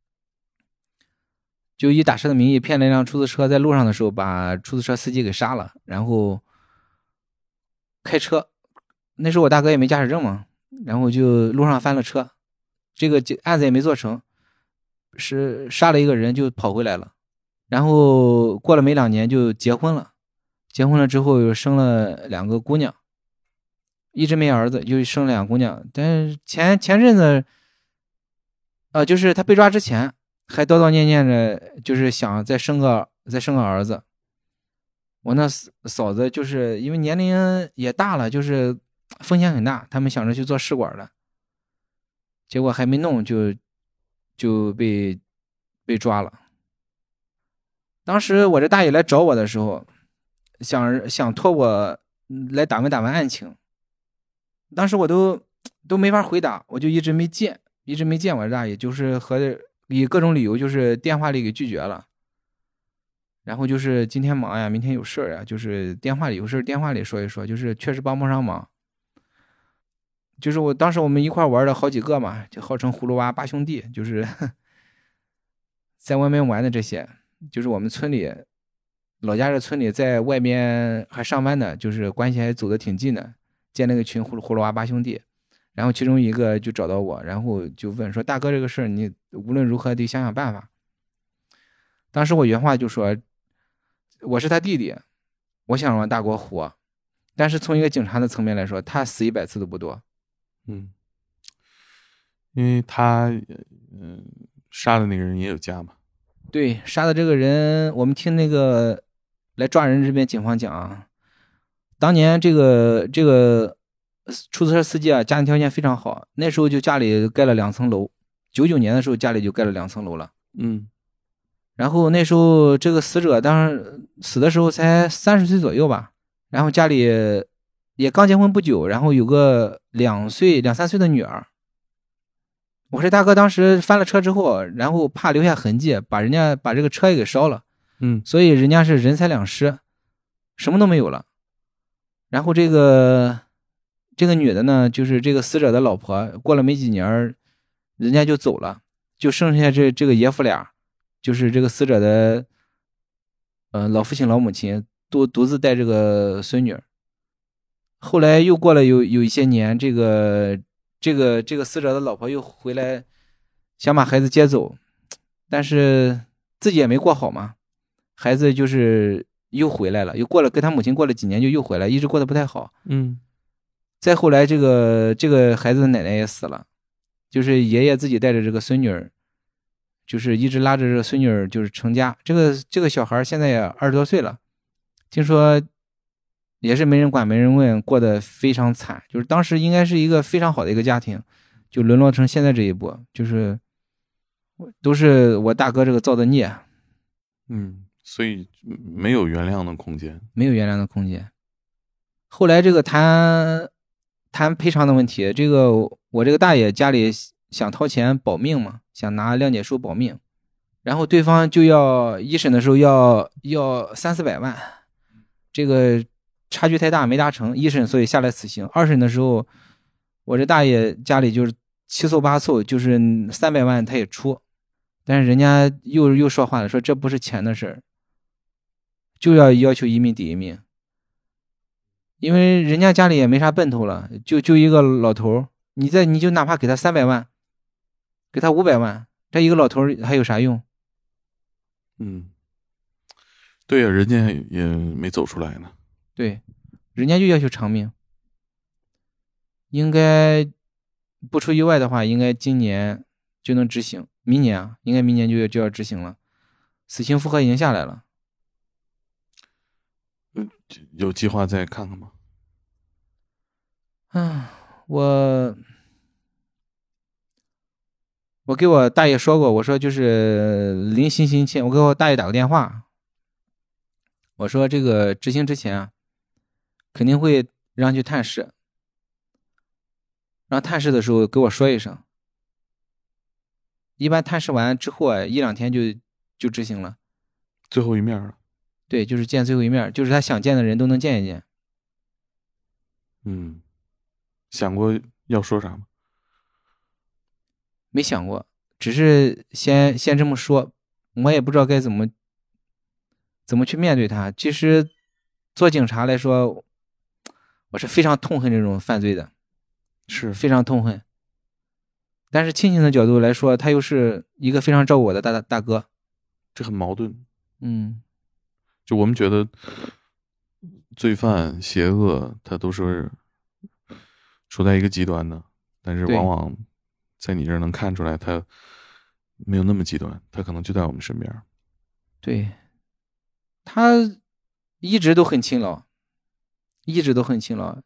就以打车的名义骗了一辆出租车，在路上的时候把出租车司机给杀了，然后开车。那时候我大哥也没驾驶证嘛，然后就路上翻了车，这个案子也没做成，是杀了一个人就跑回来了。然后过了没两年就结婚了，结婚了之后又生了两个姑娘，一直没儿子，就生了两个姑娘。但是前前阵子呃就是他被抓之前还叨叨念念着，就是想再生个再生个儿子。我那嫂子就是因为年龄也大了，就是风险很大，他们想着去做试管的，结果还没弄就就被被抓了。当时我这大爷来找我的时候，想想托我来打问打问案情，当时我都都没法回答，我就一直没见，一直没见我这大爷，就是和以各种理由就是电话里给拒绝了。然后就是今天忙呀，明天有事呀，就是电话里有事电话里说一说，就是确实帮不上忙。就是我当时我们一块玩的好几个嘛，就号称葫芦娃八兄弟，就是在外面玩的这些，就是我们村里老家这村里在外面还上班的，就是关系还走得挺近的，建了个群葫芦葫芦娃八兄弟。然后其中一个就找到我，然后就问说大哥这个事儿你无论如何得想想办法。当时我原话就说我是他弟弟，我想让大国活，但是从一个警察的层面来说，他死一百次都不多。 嗯，因为他嗯杀的那个人也有家嘛。 对，杀的这个人，我们听那个来抓人这边警方讲啊，当年这个这个出租车司机啊，家庭条件非常好，那时候就家里盖了两层楼，九九年的时候家里就盖了两层楼了。 嗯， 然后那时候这个死者当时死的时候才三十岁左右吧，然后家里也刚结婚不久，然后有个两岁两三岁的女儿。我这大哥当时翻了车之后，然后怕留下痕迹，把人家把这个车也给烧了。 嗯， 所以人家是人财两失，什么都没有了。然后这个这个女的呢，就是这个死者的老婆，过了没几年人家就走了，就剩下这这个爷夫俩，就是这个死者的呃老父亲老母亲都独自带这个孙女。后来又过了有有一些年，这个这个这个死者的老婆又回来想把孩子接走，但是自己也没过好嘛，孩子就是又回来了，又过了跟他母亲过了几年就又回来，一直过得不太好。 嗯， 再后来这个这个孩子的奶奶也死了，就是爷爷自己带着这个孙女儿，就是一直拉着这个孙女儿就是成家。这个这个小孩现在也二十多岁了，听说也是没人管没人问，过得非常惨。就是当时应该是一个非常好的一个家庭，就沦落成现在这一步，就是都是我大哥这个造的孽。 嗯，所以没有原谅的空间， 没有原谅的空间。后来这个谈谈赔偿的问题，这个我这个大爷家里想掏钱保命嘛，想拿谅解书保命，然后对方就要一审的时候要要三四百万，这个差距太大没达成，一审所以下来死刑。二审的时候，我这大爷家里就是七凑八凑，就是三百万他也出，但是人家又又说话了，说这不是钱的事儿，就要要求一命抵一命。因为人家家里也没啥奔头了，就就一个老头，你再你就哪怕给他三百万，给他五百万，这一个老头还有啥用？ 嗯，对呀、啊，人家也没走出来呢。 对，人家就要求偿命，应该不出意外的话，应该今年就能执行，明年啊，应该明年就要就要执行了，死刑复核已经下来了。 嗯，有计划再看看吗？ 嗯，我我给我大爷说过，我说就是临行行前，我给我大爷打个电话，我说这个执行之前啊，肯定会让去探视，让探视的时候给我说一声， 一般探视完之后啊，一两天就就执行了， 最后一面了。 对，就是见最后一面，就是他想见的人都能见一见。 嗯，想过要说啥吗？ 没想过，只是先先这么说，我也不知道该怎么怎么去面对他。其实做警察来说，我是非常痛恨这种犯罪的， 是非常痛恨。但是亲情的角度来说，他又是一个非常照顾我的大大大哥， 这很矛盾。 嗯， 就我们觉得罪犯邪恶，他都是处在一个极端的，但是往往在你这儿能看出来，他没有那么极端，他可能就在我们身边。 对，他一直都很勤劳，一直都很勤劳。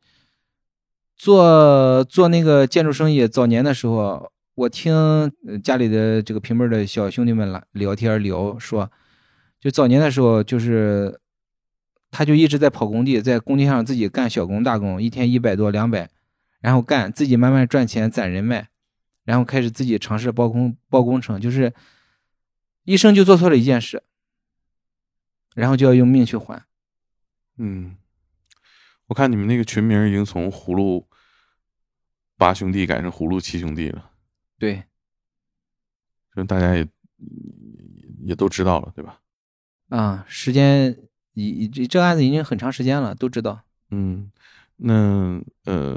做做那个建筑生意，早年的时候，我听家里的这个平辈的小兄弟们聊天聊说，就早年的时候，就是他就一直在跑工地，在工地上自己干小工大工，一天一百多两百，然后干自己慢慢赚钱攒人脉，然后开始自己尝试包工包工程，就是一生就做错了一件事，然后就要用命去还。 嗯，我看你们那个群名已经从葫芦八兄弟改成葫芦七兄弟了。 对， 就大家也也都知道了，对吧？ 啊，时间已这这个案子已经很长时间了，都知道。 嗯，那呃，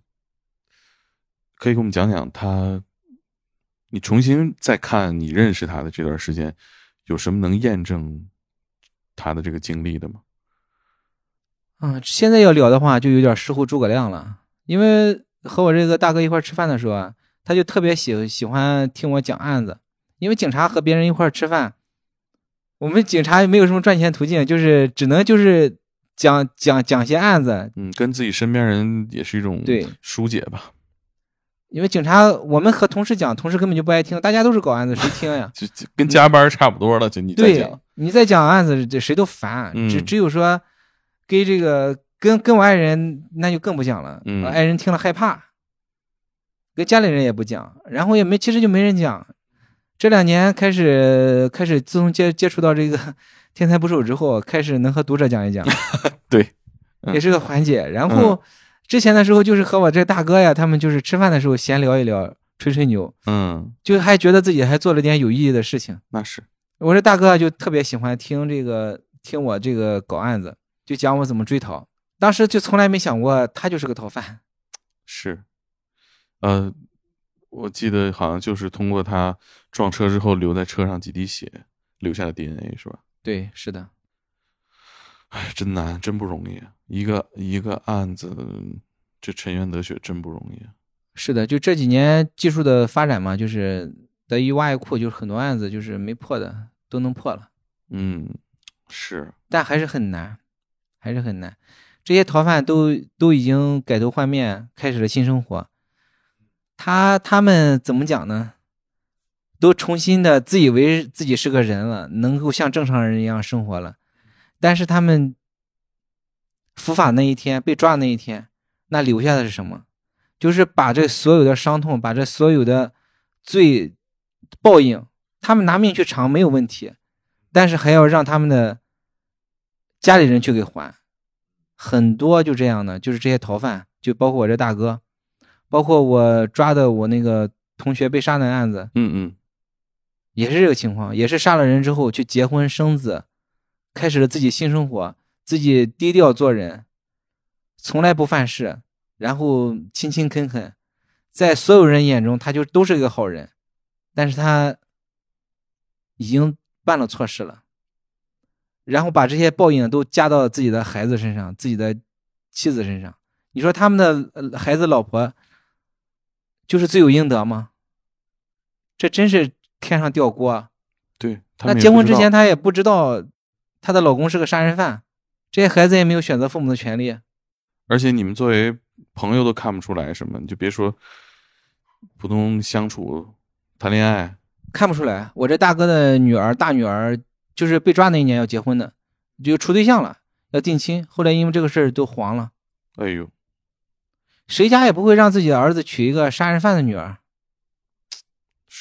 可以给我们讲讲他，你重新再看你认识他的这段时间，有什么能验证他的这个经历的吗？ 嗯，现在要聊的话，就有点失乎诸葛亮了。因为和我这个大哥一块吃饭的时候啊，他就特别喜喜欢听我讲案子。因为警察和别人一块吃饭，我们警察没有什么赚钱途径，就是只能就是讲讲讲些案子。 嗯，跟自己身边人也是一种对疏解吧。 因为警察，我们和同事讲，同事根本就不爱听，大家都是搞案子，谁听呀？ 就就跟加班差不多了，就你在讲， 你在讲案子，这谁都烦。 嗯、 只只有说，给这个跟跟我爱人，那就更不讲了。 嗯， 爱人听了害怕，跟家里人也不讲，然后也没，其实就没人讲。这两年开始开始，自从接接触到这个天才捕手之后，开始能和读者讲一讲， 对、 嗯，也是个缓解。然后。嗯之前的时候就是和我这大哥呀，他们就是吃饭的时候闲聊一聊，吹吹牛， 嗯， 就还觉得自己还做了点有意义的事情。 那是， 我这大哥就特别喜欢听这个，听我这个搞案子，就讲我怎么追逃。当时就从来没想过他就是个逃犯。 是，呃，我记得好像就是通过他撞车之后留在车上几滴血留下的 D N A 是吧？ 对，是的。 哎，真难，真不容易。一个一个案子，这沉冤得雪真不容易。 是的，就这几年技术的发展嘛，就是德仪挖掘库，就是很多案子就是没破的都能破了。 嗯，是， 但还是很难，还是很难。这些逃犯都都已经改头换面，开始了新生活。他他们怎么讲呢？都重新的自以为自己是个人了，能够像正常人一样生活了。但是他们伏法那一天，被抓那一天，那留下的是什么？就是把这所有的伤痛，把这所有的罪报应，他们拿命去偿没有问题，但是还要让他们的家里人去给还。很多就这样的，就是这些逃犯，就包括我这大哥，包括我抓的我那个同学被杀的案子， 嗯嗯， 也是这个情况，也是杀了人之后去结婚生子，开始了自己新生活，自己低调做人，从来不犯事，然后勤勤恳恳，在所有人眼中他就都是一个好人，但是他已经办了错事了，然后把这些报应都加到自己的孩子身上，自己的妻子身上。你说他们的孩子老婆就是罪有应得吗？这真是天上掉锅。 对， 那结婚之前他也不知道他的老公是个杀人犯，这些孩子也没有选择父母的权利。 而且你们作为朋友都看不出来什么，你就别说普通相处谈恋爱， 看不出来。我这大哥的女儿大女儿就是被抓那一年要结婚的，就处对象了，要定亲，后来因为这个事儿都黄了。 哎呦， 谁家也不会让自己的儿子娶一个杀人犯的女儿。 是，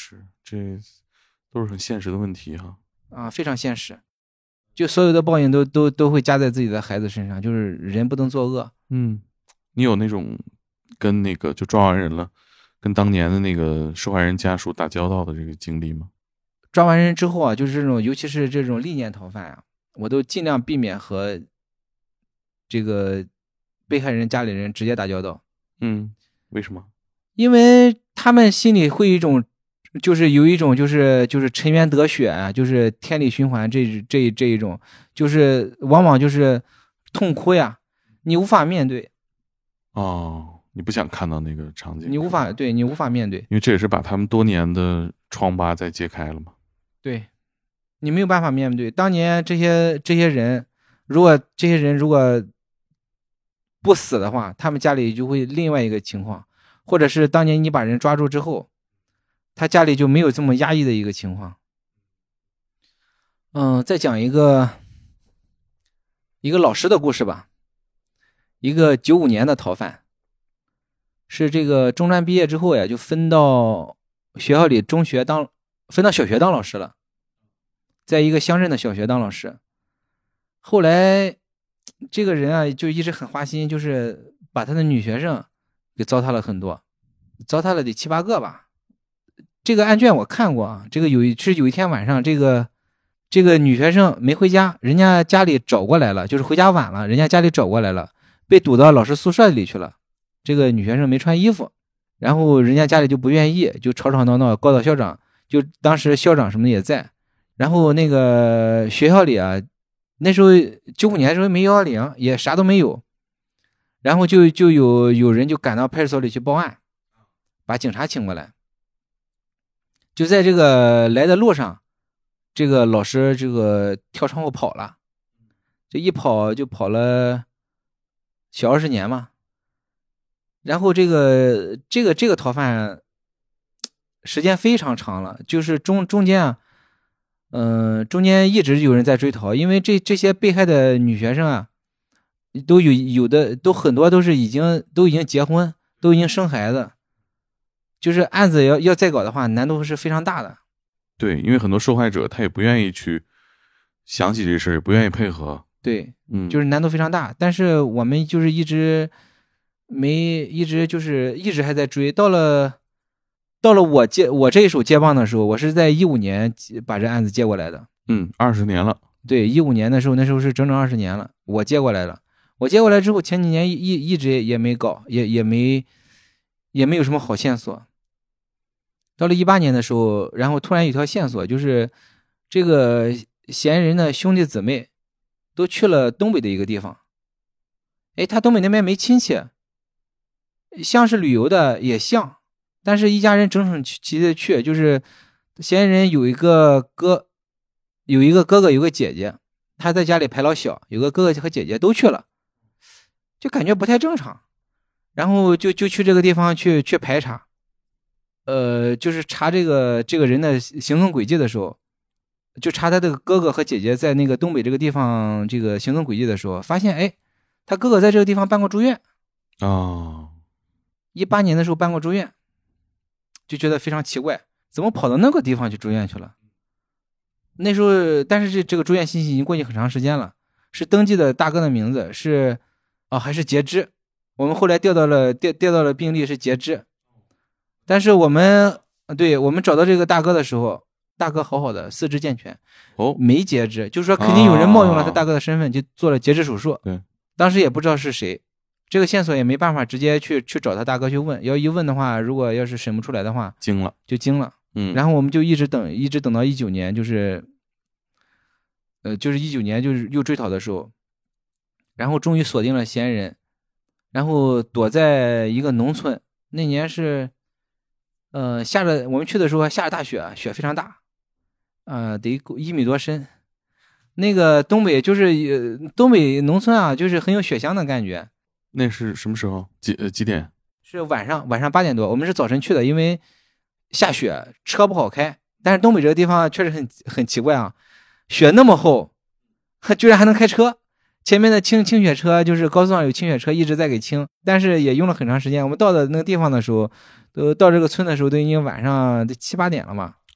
这都是很现实的问题哈。 啊，非常现实，就所有的报应都都都会加在自己的孩子身上，就是人不能作恶。 嗯，你有那种跟那个就抓完人了，跟当年的那个受害人家属打交道的这个经历吗？ 抓完人之后啊，就是这种，尤其是这种历年逃犯啊，我都尽量避免和这个被害人家里人直接打交道。 嗯，为什么？ 因为他们心里会有一种，就是有一种就是就是沉冤得雪啊，就是天理循环这这这一种，就是往往就是痛哭呀，你无法面对。 哦，你不想看到那个场景， 你无法对你无法面对， 因为这也是把他们多年的疮疤再揭开了嘛。 对，你没有办法面对。当年这些这些人，如果这些人如果不死的话，他们家里就会另外一个情况，或者是当年你把人抓住之后，他家里就没有这么压抑的一个情况。嗯，再讲一个一个老师的故事吧。一个九五年的逃犯，是这个中专毕业之后呀，就分到学校里中学当，分到小学当老师了，在一个乡镇的小学当老师。后来这个人啊，就一直很花心，就是把他的女学生给糟蹋了很多，糟蹋了得七八个吧。这个案卷我看过啊，这个有一是有一天晚上，这个这个女学生没回家，人家家里找过来了，就是回家晚了，人家家里找过来了，被堵到老师宿舍里去了。这个女学生没穿衣服，然后人家家里就不愿意，就吵吵闹闹告到校长，就当时校长什么的也在。然后那个学校里啊，那时候九五年的时候没幺幺零，也啥都没有，然后就就有有人就赶到派出所里去报案，把警察请过来。就在这个来的路上，这个老师这个跳窗户跑了，这一跑就跑了小二十年嘛。然后这个这个这个逃犯时间非常长了，就是中中间啊，嗯、呃，中间一直有人在追逃，因为这这些被害的女学生啊，都有有的都很多都是已经都已经结婚，都已经生孩子，就是案子要要再搞的话，难度是非常大的。 对，因为很多受害者他也不愿意去想起这事，也不愿意配合。 对， 嗯， 就是难度非常大。但是我们就是一直没一直就是一直还在追，到了到了我接我这一手接棒的时候，我是在一五年把这案子接过来的。 嗯，二十年了。 对，一五年的时候，那时候是整整二十年了，我接过来了。我接过来之后，前几年一一直也没搞，也也没也没有什么好线索。到了一八年的时候，然后突然有条线索，就是这个嫌疑人的兄弟姊妹都去了东北的一个地方。哎，他东北那边没亲戚，像是旅游的也像，但是一家人整整齐齐的去，就是嫌疑人有一个哥，有一个哥哥，有个姐姐，他在家里排老小，有个哥哥和姐姐都去了，就感觉不太正常，然后就就去这个地方去去排查，呃，就是查这个这个人的行踪轨迹的时候，就查他这个哥哥和姐姐在那个东北这个地方这个行踪轨迹的时候，发现哎，他哥哥在这个地方办过住院啊。哦， 一八年的时候办过住院，就觉得非常奇怪，怎么跑到那个地方去住院去了？那时候，但是这这个住院信息已经过去很长时间了，是登记的大哥的名字是，啊还是截肢？我们后来调到了调调到了病历是截肢，但是我们对我们找到这个大哥的时候，大哥好好的，四肢健全， 哦， 没截肢，就是说肯定有人冒用了他大哥的身份，就做了截肢手术。 对， 当时也不知道是谁。这个线索也没办法直接去去找他大哥去问，要一问的话，如果要是审不出来的话， 惊了， 就惊了。 嗯， 然后我们就一直等，一直等到一九年，就是，呃，就是一九年就是又追讨的时候，然后终于锁定了嫌疑人，然后躲在一个农村。那年是，呃，下着我们去的时候还下着大雪，雪非常大，啊、呃，得一米多深。那个东北就是呃东北农村啊，就是很有雪乡的感觉。 那是什么时候？几呃几点？ 是晚上，晚上八点多。我们是早晨去的，因为下雪，车不好开。但是东北这个地方确实很很奇怪啊，雪那么厚，居然还能开车。前面的清清雪车就是高速上有清雪车一直在给清，但是也用了很长时间。我们到的那个地方的时候，都到这个村的时候都已经晚上七八点了嘛。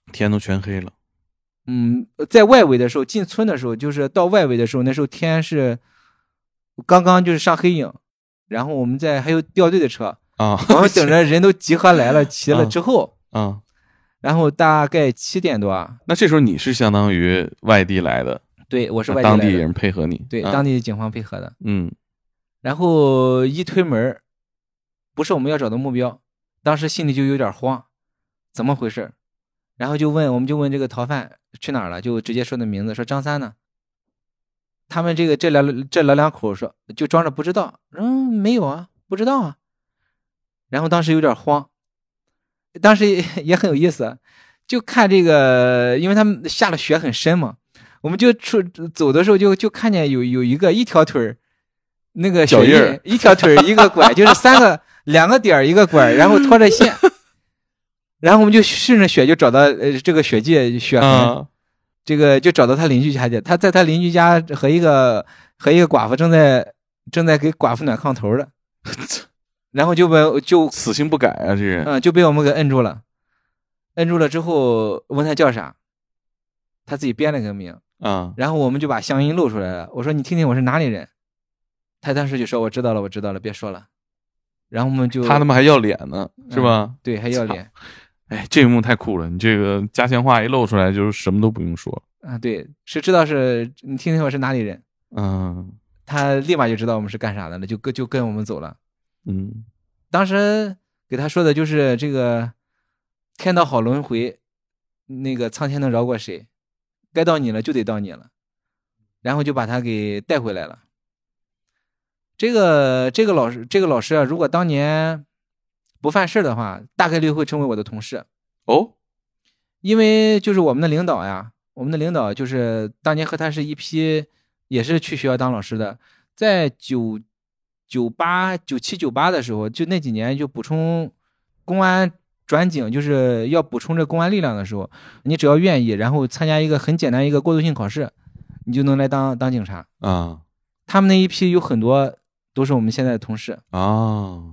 天都全黑了。 嗯，在外围的时候，进村的时候，就是到外围的时候，那时候天是刚刚就是上黑影，然后我们在还有掉队的车啊， 我们等着人都集合来了齐了之后， 啊，啊然后大概七点多。 那这时候你是相当于外地来的？ 对，我是外地来的， 当地人配合你。 对， 啊、 当地警方配合的。 嗯， 然后一推门，不是我们要找的目标，当时心里就有点慌，怎么回事？然后就问，我们就问这个逃犯去哪儿了，就直接说的名字，说张三呢。他们这个这两这老两口说，就装着不知道，嗯，没有啊，不知道啊。然后当时有点慌，当时 也, 也很有意思，就看这个，因为他们下了雪很深嘛，我们就出走的时候就就看见有有一个一条腿那个脚印， 一条腿一个拐，就是三个两个点一个拐，然后拖着线。然后我们就顺着雪就找到呃这个雪迹雪痕、嗯，这个就找到他邻居家去。他在他邻居家和一个和一个寡妇正在正在给寡妇暖炕头的，然后就被就死性不改啊，这人嗯就被我们给摁住了，摁住了之后问他叫啥，他自己编了个名啊、嗯， 然后我们就把乡音露出来了。我说你听听我是哪里人，他当时就说我知道了我知道了别说了。然后我们就他他妈还要脸呢，是吧？ 嗯、对，还要脸。 哎，这一幕太酷了！你这个家乡话一露出来，就是什么都不用说啊。对，是知道是你听听我是哪里人， 嗯， 他立马就知道我们是干啥的了，就跟就跟我们走了。 嗯， 当时给他说的就是这个天道好轮回，那个苍天能饶过谁？该到你了就得到你了，然后就把他给带回来了。这个这个老师这个老师啊，如果当年不犯事的话，大概率会成为我的同事哦， 因为就是我们的领导呀，我们的领导就是当年和他是一批，也是去学校当老师的，在九九八九七九八的时候，就那几年就补充公安转警，就是要补充这公安力量的时候，你只要愿意，然后参加一个很简单一个过渡性考试，你就能来当当警察啊。 他们那一批有很多都是我们现在的同事啊。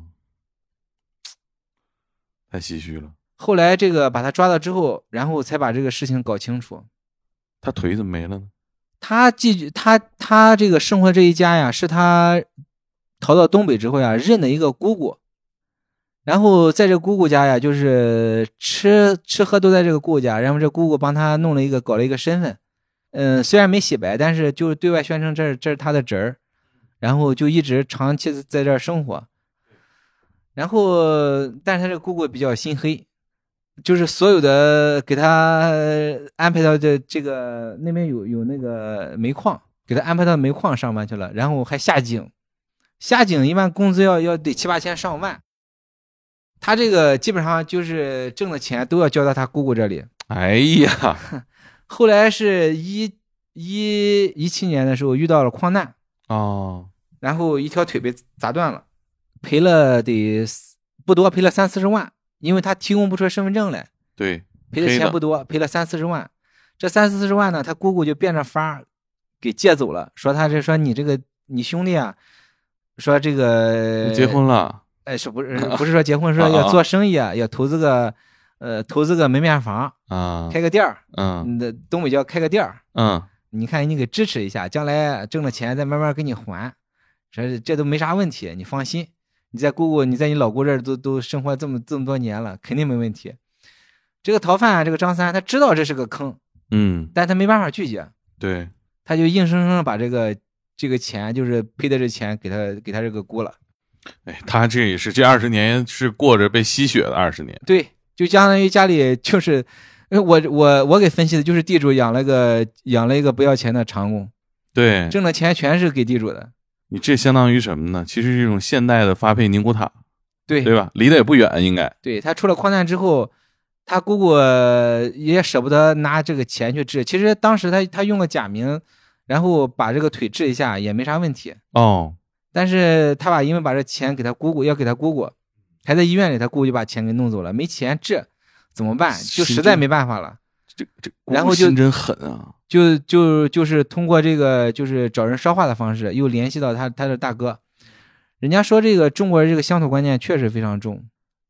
太唏嘘了。 后来这个把他抓到之后，然后才把这个事情搞清楚。 他腿怎么没了呢？ 他记他他这个生活这一家呀，是他逃到东北之后呀认的一个姑姑，然后在这姑姑家呀，就是吃吃喝都在这个姑姑家，然后这姑姑帮他弄了一个搞了一个身份，嗯，虽然没洗白，但是就对外宣称这这是他的侄儿，然后就一直长期在这儿生活。然后，但是他这个姑姑比较心黑，就是所有的给他安排到这这个那边有有那个煤矿，给他安排到煤矿上班去了，然后还下井，下井一般工资要要得七八千上万，他这个基本上就是挣的钱都要交到他姑姑这里。 哎呀， 后来是一一一七年的时候遇到了矿难哦， 然后一条腿被砸断了。赔了得不多，赔了三四十万，因为他提供不出身份证来。 对， 赔的钱不多，赔了三四十万。这三四十万呢，他姑姑就变着法给借走了，说他这说你这个你兄弟啊，说这个结婚了， 哎，是不是不是说结婚，说要做生意啊，要投资个呃投资个门面房啊， 开个店儿， 嗯， 那东北叫开个店儿， 嗯， 你看你给支持一下，将来挣了钱再慢慢给你还，说这都没啥问题，你放心。你在姑姑，你在你老姑这儿都都生活这么这么多年了，肯定没问题。这个逃犯啊，这个张三，他知道这是个坑， 嗯， 但他没办法拒绝， 对， 他就硬生生把这个这个钱，就是赔的这钱给他给他这个姑了。 哎，他这也是这二十年是过着被吸血的二十年。 对，就相当于家里就是，我我我给分析的就是地主养了个养了一个不要钱的长工， 对， 挣的钱全是给地主的。 你这相当于什么呢？其实是一种现代的发配宁古塔， 对对吧？离得也不远，应该。 对，他出了矿难之后，他姑姑也舍不得拿这个钱去治。其实当时他他用了假名，然后把这个腿治一下也没啥问题。 哦， 但是他把因为把这钱给他姑姑，要给他姑姑，还在医院里，他姑姑就把钱给弄走了，没钱治怎么办？就实在没办法了。 这这， 然后就心真狠啊！ 就就就是通过这个就是找人捎话的方式，又联系到他他的大哥。人家说这个中国人这个乡土观念确实非常重，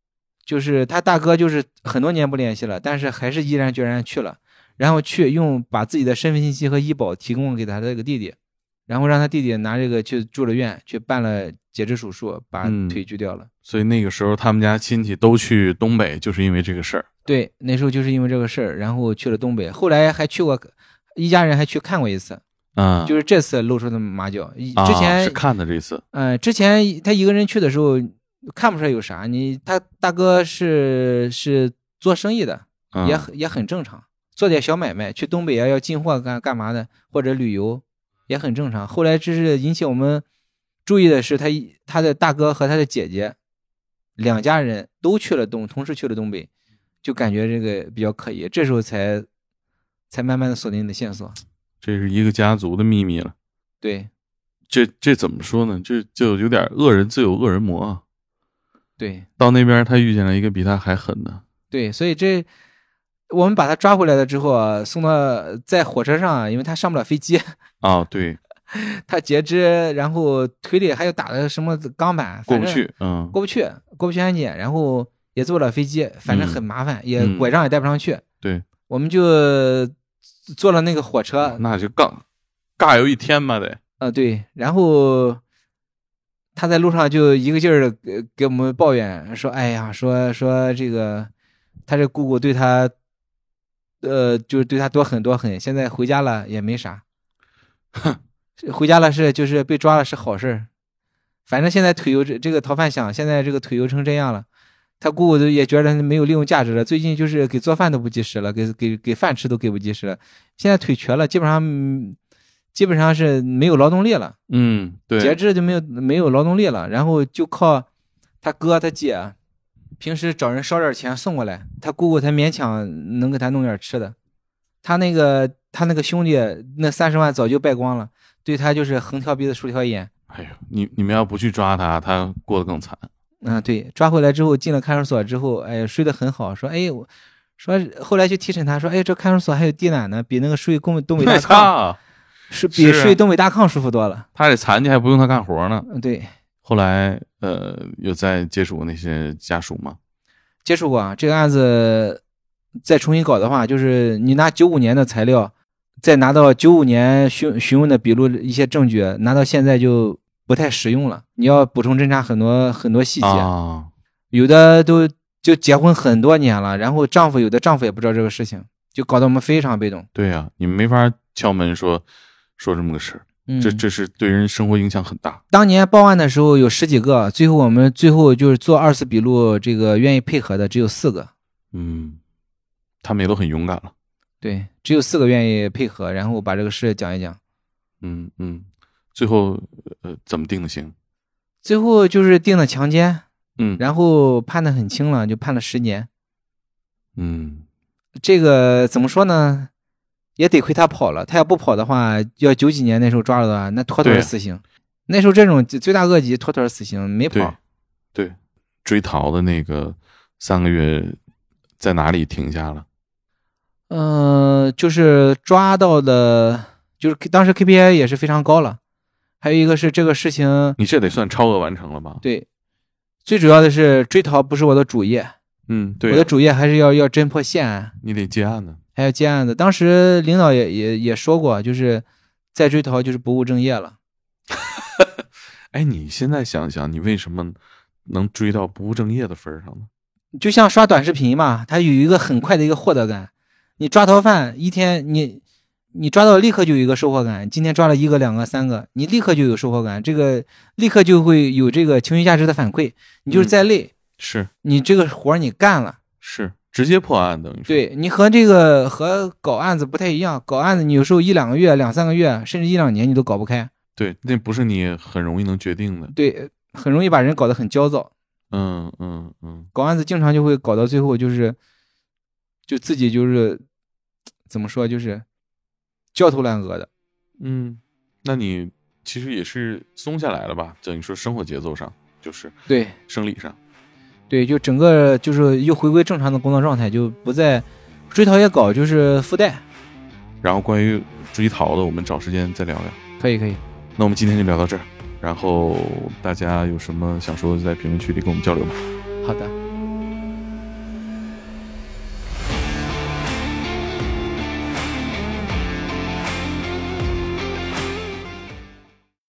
就是他大哥就是很多年不联系了，但是还是毅然决然去了，然后去用把自己的身份信息和医保提供给他的这个弟弟，然后让他弟弟拿这个去住了院，去办了截肢手术，把腿锯掉了、嗯。 所以那个时候他们家亲戚都去东北，就是因为这个事儿。 对，那时候就是因为这个事儿，然后去了东北，后来还去过，一家人还去看过一次。 啊、嗯， 就是这次露出的马脚，之前、 啊、是看的这次。 嗯、呃，之前他一个人去的时候看不出来有啥，你他大哥是是做生意的， 嗯、 也也很正常，做点小买卖，去东北啊要进货干干嘛的，或者旅游也很正常。后来只是引起我们注意的是他他的大哥和他的姐姐两家人都去了东，同时去了东北，就感觉这个比较可疑，这时候才才慢慢的锁定的线索。 这是一个家族的秘密了。 对， 这这怎么说呢？这就有点恶人自有恶人磨啊。 对， 到那边他遇见了一个比他还狠的。 对，所以这我们把他抓回来了之后啊，送到在火车上，因为他上不了飞机啊，对， 他截肢，然后腿里还有打的什么钢板， 过不去，嗯， 过不去，过不去安检，然后也坐不了飞机，反正很麻烦，嗯、也拐杖也带不上去。 嗯、对， 我们就坐了那个火车， 哦、那就尬尬游一天嘛得。 呃，对，然后他在路上就一个劲儿的给给我们抱怨说：“哎呀，说说这个他这姑姑对他，呃，就是对他多狠多狠，现在回家了也没啥，回家了是就是被抓了是好事，反正现在腿油这这个逃犯想，现在这个腿油成这样了。”他姑姑也觉得没有利用价值了，最近就是给做饭都不及时了，给给给饭吃都给不及时了。现在腿瘸了，基本上基本上是没有劳动力了。 嗯，对， 截肢就没有没有劳动力了，然后就靠他哥他姐平时找人烧点钱送过来，他姑姑才勉强能给他弄点吃的。他那个他那个兄弟那三十万早就败光了，对他就是横挑鼻子竖挑眼。 哎呦，你你们要不去抓他，他过得更惨。 嗯，对，抓回来之后进了看守所之后，哎，睡得很好。说，哎，我说后来去提审他说，哎，这看守所还有地暖呢，比那个睡东东北大炕，是比睡东北大炕舒服多了。 他这残疾还不用他干活呢。 嗯，对。 后来呃，有在接触过那些家属吗？ 接触过啊，这个案子再重新搞的话，就是你拿九五年的材料，再拿到九五年询询问的笔录一些证据，拿到现在就不太实用了，你要补充侦查很多很多细节、 啊、 有的都就结婚很多年了，然后丈夫有的丈夫也不知道这个事情，就搞得我们非常被动。 对啊，你们没法敲门说说这么个事儿、嗯、这这是对人生活影响很大。 当年报案的时候有十几个，最后我们最后就是做二次笔录，这个愿意配合的只有四个。 嗯，他们也都很勇敢了。 对，只有四个愿意配合，然后把这个事讲一讲。 嗯嗯。最后呃怎么定的刑？ 最后就是定的强奸， 嗯， 然后判的很轻了，就判了十年。 嗯， 这个怎么说呢？也得亏他跑了，他要不跑的话，要九几年那时候抓了的话，那妥妥是死刑。那时候这种罪大恶极，妥妥是死刑，没跑。 对，对，追逃的那个三个月在哪里停下了？ 嗯、呃，就是抓到的，就是当时 K P I 也是非常高了。还有一个是这个事情， 你这得算超额完成了吧？ 对，最主要的是追逃不是我的主业， 嗯，对、啊， 我的主业还是要要侦破现案， 你得接案呢， 还要接案子。当时领导也也也说过，就是再追逃就是不务正业了。 哎，你现在想想，你为什么能追到不务正业的份上呢？ 就像刷短视频嘛，它有一个很快的一个获得感。你抓逃犯一天你。你抓到立刻就有一个收获感，今天抓了一个两个三个，你立刻就有收获感，这个立刻就会有这个情绪价值的反馈。你就是再累、嗯、 是你这个活你干了， 是直接破案等于说。 对，你和这个和搞案子不太一样，搞案子你有时候一两个月两三个月甚至一两年你都搞不开。 对，那不是你很容易能决定的。 对，很容易把人搞得很焦躁。 嗯嗯嗯， 搞案子经常就会搞到最后就是就自己就是怎么说就是焦头烂额的。 嗯，那你其实也是松下来了吧？等于说生活节奏上，就是对生理上， 对，就整个就是又回归正常的工作状态，就不再追逃也搞，就是附带。 然后关于追逃的，我们找时间再聊聊。 可以可以。 那我们今天就聊到这儿，然后大家有什么想说的，在评论区里跟我们交流吧。 好的。